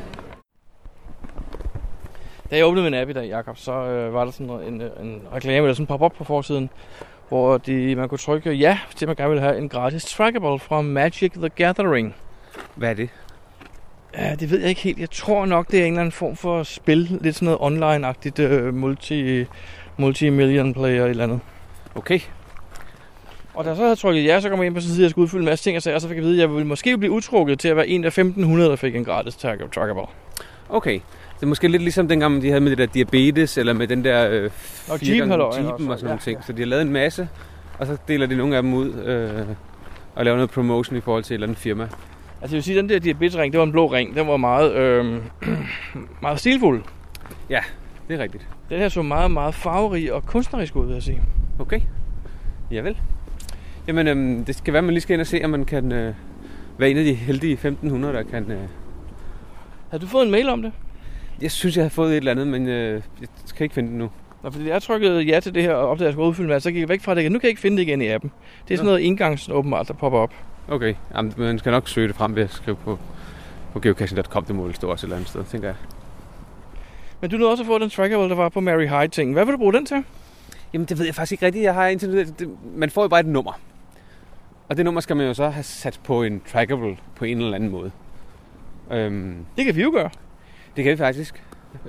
Da jeg åbnede min app i dag, Jakob, så var der sådan en reklame, eller sådan en pop-up på forsiden, hvor man kunne trykke ja, til man gerne ville have en gratis trackable fra Magic the Gathering. Hvad er det? Ja, det ved jeg ikke helt. Jeg tror nok, det er en eller anden form for spil. Lidt sådan noget online-agtigt multi-million player eller andet. Okay. Og da jeg så havde trykket ja, så kom jeg ind på sådan en side, jeg skulle udfylde en masse ting, og så fik jeg at vide, at jeg ville måske blive utrukket til at være en af 1500, der fik en gratis trackable. Okay. Det er måske lidt ligesom dengang, de havde med det der diabetes, eller med den der Jeepen og sådan nogle ting. Så de har lavet en masse, og så deler de nogle af dem ud og laver noget promotion i forhold til et eller andet firma. Altså jeg vil sige, at den der diabetesring, det var en blå ring. Den var meget, meget stilfuld. Ja, det er rigtigt. Den her så meget, meget farverig og kunstnerisk ud, vil jeg sige. Okay. Javel. Jamen, det skal være, man lige skal ind og se, om man kan være en af de heldige 1500, der kan... Har du fået en mail om det? Jeg synes, jeg har fået et eller andet, men jeg kan ikke finde det nu. Nå, fordi jeg trykkede ja til det her, og opdagede, at jeg skulle udfylde med, så gik jeg væk fra det igen. Nu kan jeg ikke finde det igen i appen. Det er sådan noget engangs åbenbart, der popper op. Okay, jamen, man skal nok søge det frem ved at skrive på geocaching.com, det må vel stå også et eller andet sted, tænker jeg. Men du nåede også at få den trackable, der var på Mary Hyde-ting. Hvad vil du bruge den til? Jamen, det ved jeg faktisk ikke rigtigt. Jeg har internet. Man får jo bare et nummer. Og det nummer skal man jo så have sat på en trackable på en eller anden måde. Det kan vi jo gøre. Det kan vi faktisk.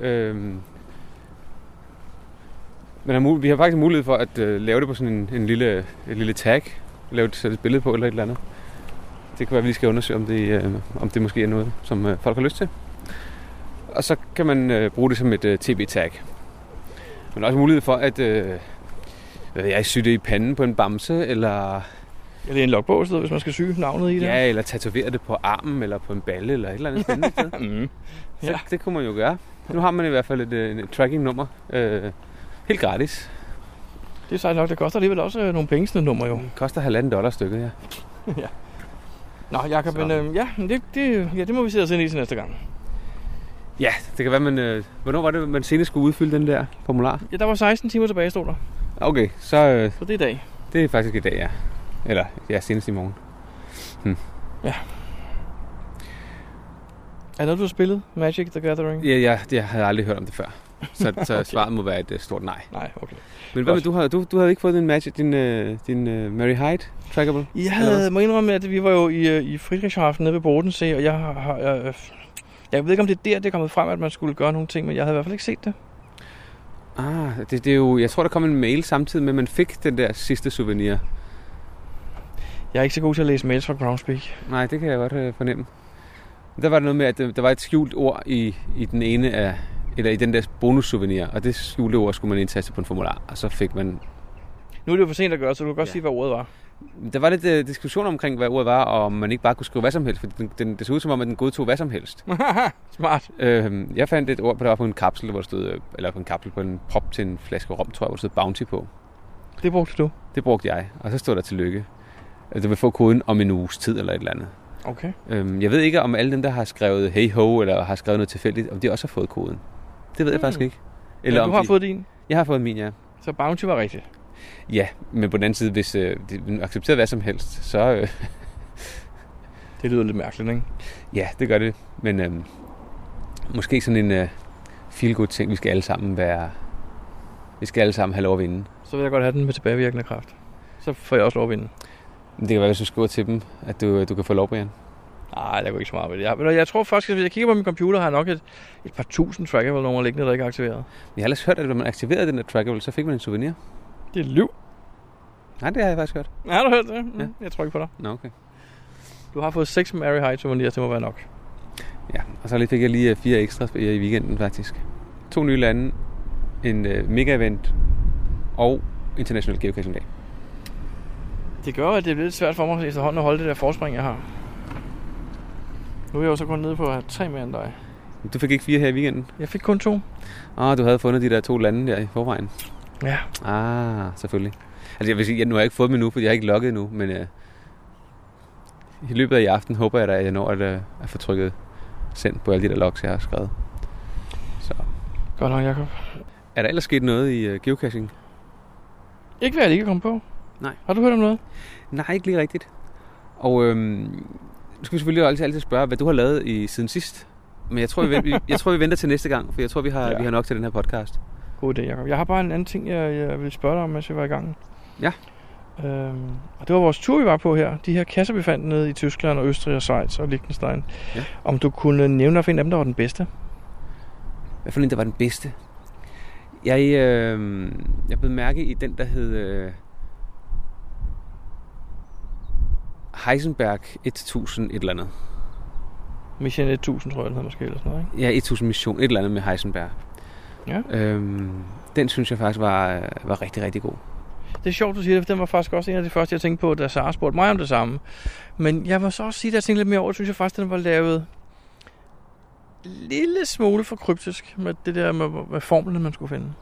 Men vi har faktisk mulighed for at lave det på sådan en lille tag. Lave et billede på eller et eller andet. Det kan være, at vi lige skal undersøge, om det måske er noget, som folk har lyst til. Og så kan man bruge det som et TB-tag. Men også mulighed for at sy det i panden på en bamse, eller en logbog, hvis man skal sy navnet i det. Ja, eller tatovere det på armen, eller på en balle, eller et eller andet spændende sted. Så det kunne man jo gøre. Nu har man i hvert fald et tracking-nummer. Helt gratis. Det er sejt nok. Det koster alligevel også nogle penge, sådan et nummer jo. Det koster $1,5 stykket, ja. Ja. Nå, Jakob, men det må vi se os ind i til næste gang. Ja, det kan være, men hvornår var det, man senest skulle udfylde den der formular? Ja, der var 16 timer tilbage, stod der. Okay, så det er i dag. Det er faktisk i dag, ja. Eller, ja, senest i morgen. Ja. Er det, du har spillet? Magic the Gathering? Ja, jeg havde aldrig hørt om det før. Så okay. Svaret må være et stort nej. Nej, okay. Men hvad med, du havde ikke fået din Mary Hyde trackable? Jeg må indrømme, at vi var jo i Friedrichshafen nede ved Bodensee, og jeg ved ikke, om det er kommet frem, at man skulle gøre nogle ting, men jeg havde i hvert fald ikke set det. Det er jo, jeg tror, der kom en mail samtidig med, at man fik den der sidste souvenir. Jeg er ikke så god til at læse mails fra Groundspeak. Nej, det kan jeg godt fornemme. Der var det noget med, at der var et skjult ord i den ene af, eller i den der bonussouvenir, og det skjulte ord skulle man indtaste på en formular, og så fik man... Nu er det jo for sent at gøre, så du kan godt sige, hvad ordet var. Der var lidt diskussion omkring, hvad ordet var, og om man ikke bare kunne skrive hvad som helst, for det så ud som om, at den godtog hvad som helst. Smart. Jeg fandt et ord, der var på en kapsel, hvor der stod, eller på en kapsel på en prop til en flaske rom, tror jeg, hvor der stod Bounty på. Det brugte du? Det brugte jeg, og så stod der tillykke. Du vil få koden om en uges tid, eller et eller andet. Okay. Jeg ved ikke, om alle dem, der har skrevet hey ho, eller har skrevet noget tilfældigt, om de også har fået koden. Det ved jeg faktisk ikke. Eller du har fået din? Jeg har fået min, ja. Så Bounty var rigtigt? Ja, men på den anden side, hvis de accepterede hvad som helst, så... Det lyder lidt mærkeligt, ikke? Ja, det gør det. Men måske sådan en feel-good ting, vi skal alle sammen have lov at vinde. Så vil jeg godt have den med tilbagevirkende kraft. Så får jeg også lov at vinde. Det kan være, hvis du skriver til dem, at du kan få lov, Brian. Nej, der går ikke så meget ved det. Jeg tror faktisk, at hvis jeg kigger på min computer, har jeg nok et par tusind trackable-numre liggende, der ikke er aktiveret. Jeg har ellers hørt, at når man aktiverede den der trackable, så fik man en souvenir. Det er liv. Nej, det har jeg faktisk hørt. Har du hørt det? Ja. Jeg tror ikke på dig. Nå, okay. Du har fået 6 Mary High souvenirs, det må være nok. Ja, og så fik jeg lige 4 ekstra i weekenden faktisk. 2 nye lande, en mega-event og International Geocaching Dag. Det gør, at det bliver lidt svært for mig efterhånden at holde det der forspring, jeg har. Nu er jeg jo så gået ned på at have 3 mere end dig. Du fik ikke 4 her i weekenden? Jeg fik kun 2. Du havde fundet de der 2 lande der i forvejen? Ja. Selvfølgelig. Altså jeg vil sige, nu har jeg ikke fået dem endnu, for jeg har ikke logget endnu, men i løbet af i aften håber jeg da, at jeg når at få trykket send på alle de der logs, jeg har skrevet. Så. Godt nok, Jacob. Er der ellers sket noget i geocaching? Ikke hvad jeg ikke kom på. Nej. Har du hørt om noget? Nej, ikke lige rigtigt. Og nu skal vi selvfølgelig altid spørge, hvad du har lavet siden sidst. Men jeg tror, vi venter til næste gang, for jeg tror, vi har nok til den her podcast. God idé, Jacob. Jeg har bare en anden ting, jeg vil spørge dig om, mens jeg var i gang. Ja. Og det var vores tur, vi var på her. De her kasser, vi fandt nede i Tyskland og Østrig og Schweiz og Liechtenstein. Ja. Om du kunne nævne dig for en af dem, der var den bedste? Hvad for en, der var den bedste? Jeg blev mærke i den, der hed Heisenberg 1000 et eller andet. Mission 1000, tror jeg, den hedder måske, eller sådan noget, ikke? Ja, 1000 Mission, et eller andet med Heisenberg. Ja. Den synes jeg faktisk var rigtig, rigtig god. Det er sjovt, du siger det, for den var faktisk også en af de første, jeg tænkte på, da Sara spurgte mig om det samme. Men jeg må så også sige, at jeg tænkte lidt mere over, synes jeg faktisk, den var lavet lille smule for kryptisk med det der med formlen, man skulle finde.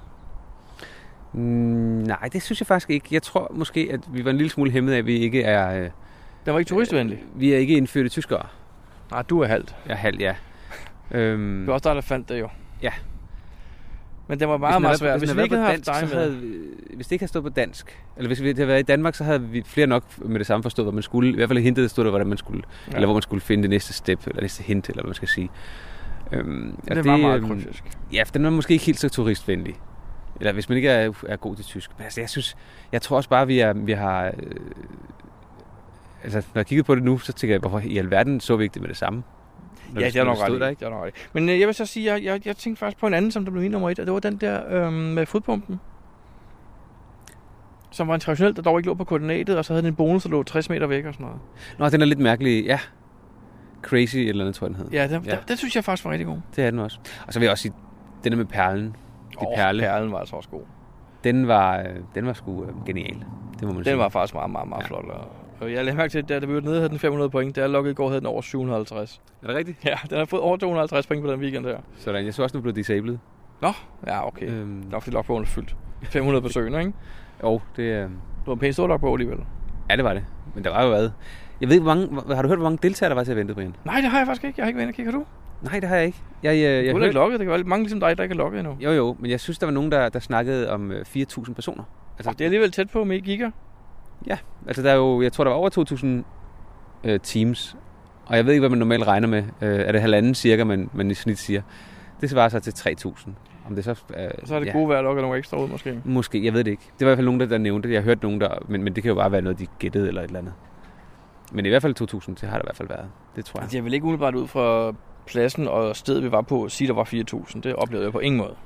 Nej, det synes jeg faktisk ikke. Jeg tror måske, at vi var en lille smule hæmmet af, at vi ikke er... Den var ikke turistvenlig? Vi er ikke indfødte tyskere. Nej, du er halvt. Jeg er halvt, ja. Det var også der fandt det jo. Ja. Men det var meget svært. Hvis vi ikke havde haft dig med... Hvis det ikke havde stået på dansk, eller hvis vi havde været i Danmark, så havde vi flere nok med det samme forstået, hvad man skulle. I hvert fald hintet stod der, hvordan man skulle, eller hvor man skulle finde det næste step, eller næste hint, eller hvad man skal sige. Det var meget kryptisk. Ja, for den var måske ikke helt så turistvenlig. Eller hvis man ikke er god til tysk. Men altså, jeg tror også bare, vi har... Altså, når jeg kigger på det nu, så tænker jeg, hvorfor i alverden så vi ikke det med det samme? Ja, det er nok ret. Men jeg vil så sige, jeg tænkte faktisk på en anden, som der blev min nummer 1, og det var den der med fodpumpen. Som var en traditionel, der dog ikke lå på koordinatet, og så havde den en bonus, der lå 60 meter væk og sådan noget. Nå, den er lidt mærkelig, ja. Crazy eller andet, tror jeg, den hed. Ja, det synes jeg faktisk var rigtig god. Det er den også. Og så vil jeg også sige, den der med perlen. Perlen var altså også god. Den var sgu genial. Det må man sige. Den var faktisk meget, meget, meget flot. Og jeg lagde mærke til, at da vi var nede, havde den 500 point. Da jeg lukkede i går, havde den over 750. Er det rigtigt? Ja, den har fået over 250 point på den weekend der. Sådan, jeg så også, den blev disabled. Nå, ja, okay. Nok fordi logbogen er fyldt. 500 besøgende, ikke? Jo, det Det var en pænt stor logbog alligevel. Ja, det var det. Men der var jo hvad? Jeg ved ikke, har du hørt, hvor mange deltagere der var til eventet, Brian? Nej, det har jeg faktisk ikke. Jeg har ikke været inde og kigge. Har du? Nej, det har jeg ikke. Du har ikke logget. Det kan være mange ligesom dig, der ikke er logget endnu. Jo, men jeg synes, der var nogen, der snakkede om 4.000 personer. Altså, det er alligevel tæt på med giga. Ja, altså der er jo, jeg tror, der var over 2.000 teams. Og jeg ved ikke, hvad man normalt regner med. Er det halvanden cirka, man i snit siger. Det svarer sig til 3.000. Om det så er det gode værd at lukke nogle ekstra ud, måske? Måske, jeg ved det ikke. Det var i hvert fald nogen, der nævnte det. Jeg har hørt nogen, men det kan jo bare være noget, de gættede eller et eller andet. Men i hvert fald 2.000, det har det i hvert fald været. Det tror jeg. Altså, jeg vil ikke umiddelbart ud fra pladsen og stedet, vi var på, sige, der var 4.000. Det oplevede jeg på ingen måde.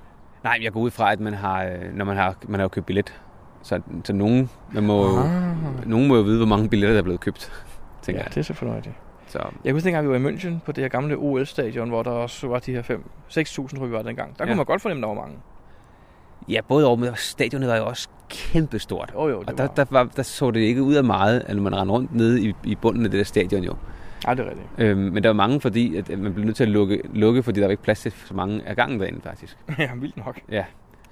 Nej, jeg går ud fra, at man har jo købt billet. Så nogen må jo vide, hvor mange billetter, der er blevet købt. Ja, det er selvfølgelig rigtigt. Så. Jeg husker dengang, vi var i München på det her gamle OL-stadion, hvor der også var de her 6.000, tror vi var dengang. Der kunne man godt fornemme, der var mange. Ja, både over, men stadionet var jo også kæmpestort. Jo, og der så det ikke ud af meget, at man rendte rundt nede i bunden af det der stadion jo. Ja, det er rigtigt. Men der var mange, fordi at man blev nødt til at lukke, fordi der var ikke plads til så mange af gangen derinde, faktisk. Ja, vildt nok. Ja.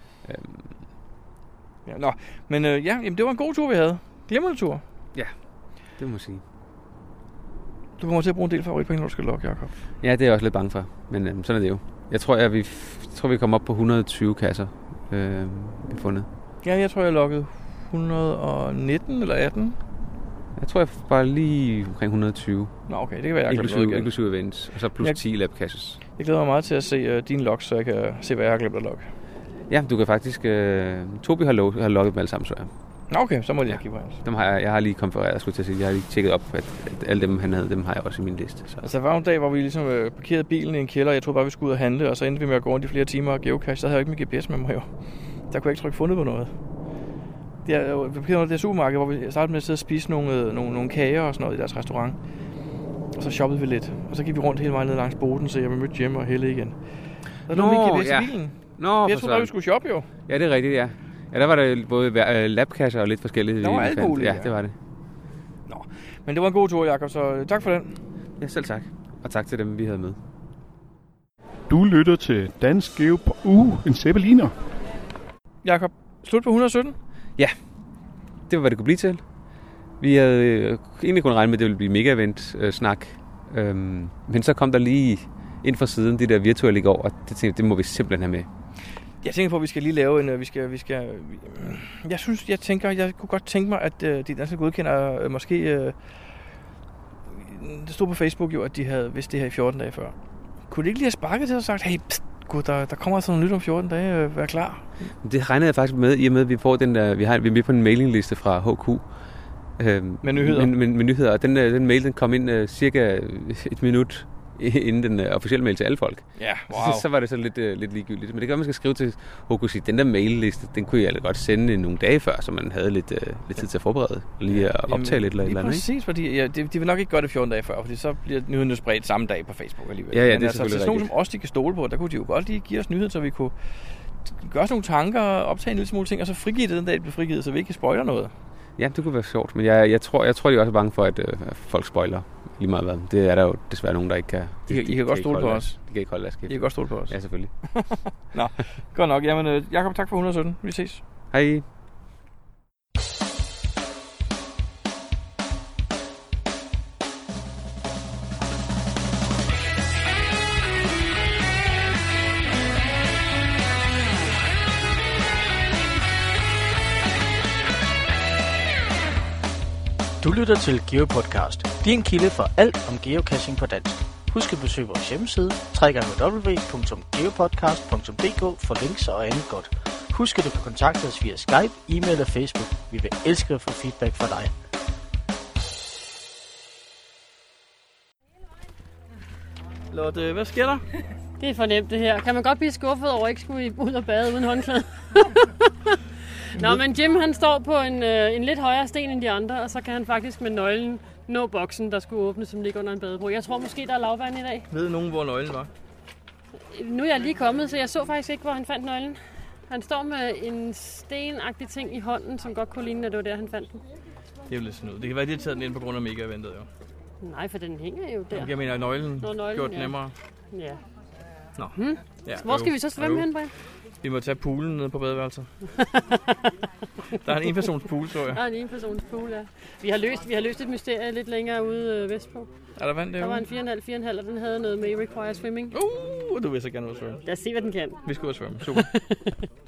Ja, nå, men jamen, det var en god tur, vi havde. Glimrende tur. Ja, det må man sige. Du kommer til at bruge en del favoritpenge, når du skal logge, Jacob. Ja, det er jeg også lidt bange for, men sådan er det jo. Jeg tror, vi kommer op på 120 kasser, vi har fundet. Ja, jeg tror, jeg loggede 119 eller 18. Jeg tror, jeg bare lige omkring 120. Nå, okay, det kan være, jeg glemt noget igen. Inklusive events, og så plus 10 labkasses. Jeg glæder mig meget til at se dine logs, så jeg kan se, hvad jeg har glemt at logge. Ja, du kan faktisk... Tobi har logget dem alle sammen, så jeg. Nå, okay, så må jeg kigge på hans. Dem jeg har lige konfereret, skulle jeg sige. Jeg har lige tjekket op, at alle dem, han havde, dem har jeg også i min liste. Så. Altså, der var en dag, hvor vi ligesom parkerede bilen i en kælder, jeg troede bare, vi skulle ud og handle, og så endte vi med at gå rundt i flere timer og geocache. Så havde jeg ikke min GPS med mig jo. Der kunne jeg ikke trykke fundet på noget. Vi parkerede det supermarked, hvor vi startede med at sidde og spise nogle kager og sådan noget i deres restaurant. Og så shoppede vi lidt. Og så gik vi rundt hele vejen ned langs Boden, så jeg mødte Jim og Helle igen. Der lå min GPS i bilen. Jeg troede bare, vi skulle shoppe jo. Ja, det er rigtigt, ja. Ja, der var der både labkasser og lidt forskellige. Der var alt muligt. Ja, det var det. Nå, men det var en god tur, Jacob, så tak for den. Ja, selv tak. Og tak til dem, vi havde med. Du lytter til Dansk Geo på en zeppeliner. Jacob, slut på 117? Ja, det var, hvad det kunne blive til. Vi havde egentlig kun regnet med, at det ville blive mega-event-snak. Men så kom der lige ind fra siden de der virtuelle i går, og det må vi simpelthen have med. Jeg tænker på, at vi skal lige lave en... Jeg kunne godt tænke mig, at de danske godkender måske... det stod på Facebook jo, at de havde vidst det her i 14 dage før. Kunne de ikke lige have sparket til og sagt, hey, gud, der kommer altså noget nyt om 14 dage, vær klar? Det regnede jeg faktisk med, i og med, at vi får den der... Vi er med på en mailingliste fra HQ. Med nyheder? Med nyheder, og den mail, den kom ind cirka et minut inden den officielle mail til alle folk. Ja, wow. Så var det så lidt ligegyldigt. Men det gør, man skal skrive til HQ, den der mailliste, den kunne jeg godt sende nogle dage før, så man havde lidt tid til at forberede, lige at optage lidt eller et eller andet. Præcis, fordi de vil nok ikke gøre det 14 dage før, fordi så bliver nyheden spredt samme dag på Facebook alligevel. Ja, det er altså, selvfølgelig sådan som os, de kan stole på, der kunne de jo godt lige give os nyheder, så vi kunne gøre sådan nogle tanker, optage en lille smule ting, og så frigive det den dag, det bliver frigivet, så vi ikke spoiler noget. Ja, det kunne være sjovt, men jeg tror, de er også bange for, at folk spoiler lige meget hvad. Det er der jo desværre nogen, der ikke kan. I kan godt stole på os. De kan ikke holde deres kæft. I kan godt stole på os. Ja, selvfølgelig. Nå, godt nok. Jamen, Jacob, tak for 117. Vi ses. Hej. Du lytter til GeoPodcast, din kilde for alt om geocaching på dansk. Husk at besøge vores hjemmeside, www.geopodcast.dk for links og andet godt. Husk at du kan kontakte os via Skype, e-mail og Facebook. Vi vil elske at få feedback fra dig. Lotte, hvad sker der? Det er fornemt det her. Kan man godt blive skuffet over at ikke skulle ud og bade uden håndklæde? Nå, men Jim han står på en lidt højere sten end de andre, og så kan han faktisk med nøglen nå boksen, der skulle åbne, som ligger under en badebro. Jeg tror måske, der er lavvand i dag. Ved nogen, hvor nøglen var? Nu er jeg lige kommet, så jeg så faktisk ikke, hvor han fandt nøglen. Han står med en stenagtig ting i hånden, som godt kunne ligne, at det var der, han fandt den. Det er jo lidt sådan noget. Det kan være, at de har taget den ind på grund af mega-eventet, jo. Nej, for den hænger jo der. Jeg mener, at nøglen gjort nemmere. Ja. Nå. Ja, hvor skal vi så svømme hen, Brian? Vi må tage poolen nede på badeværelset. Der er en enpersons pool, tror jeg. Der er en enpersons pool, ja. Vi har løst et mysterie lidt længere ude vestpå. Er der vand derude? Der var en 4,5, og den havde noget med require swimming. Du vil så gerne ud at svømme. Lad os se, hvad den kan. Vi skal ud at svømme. Super.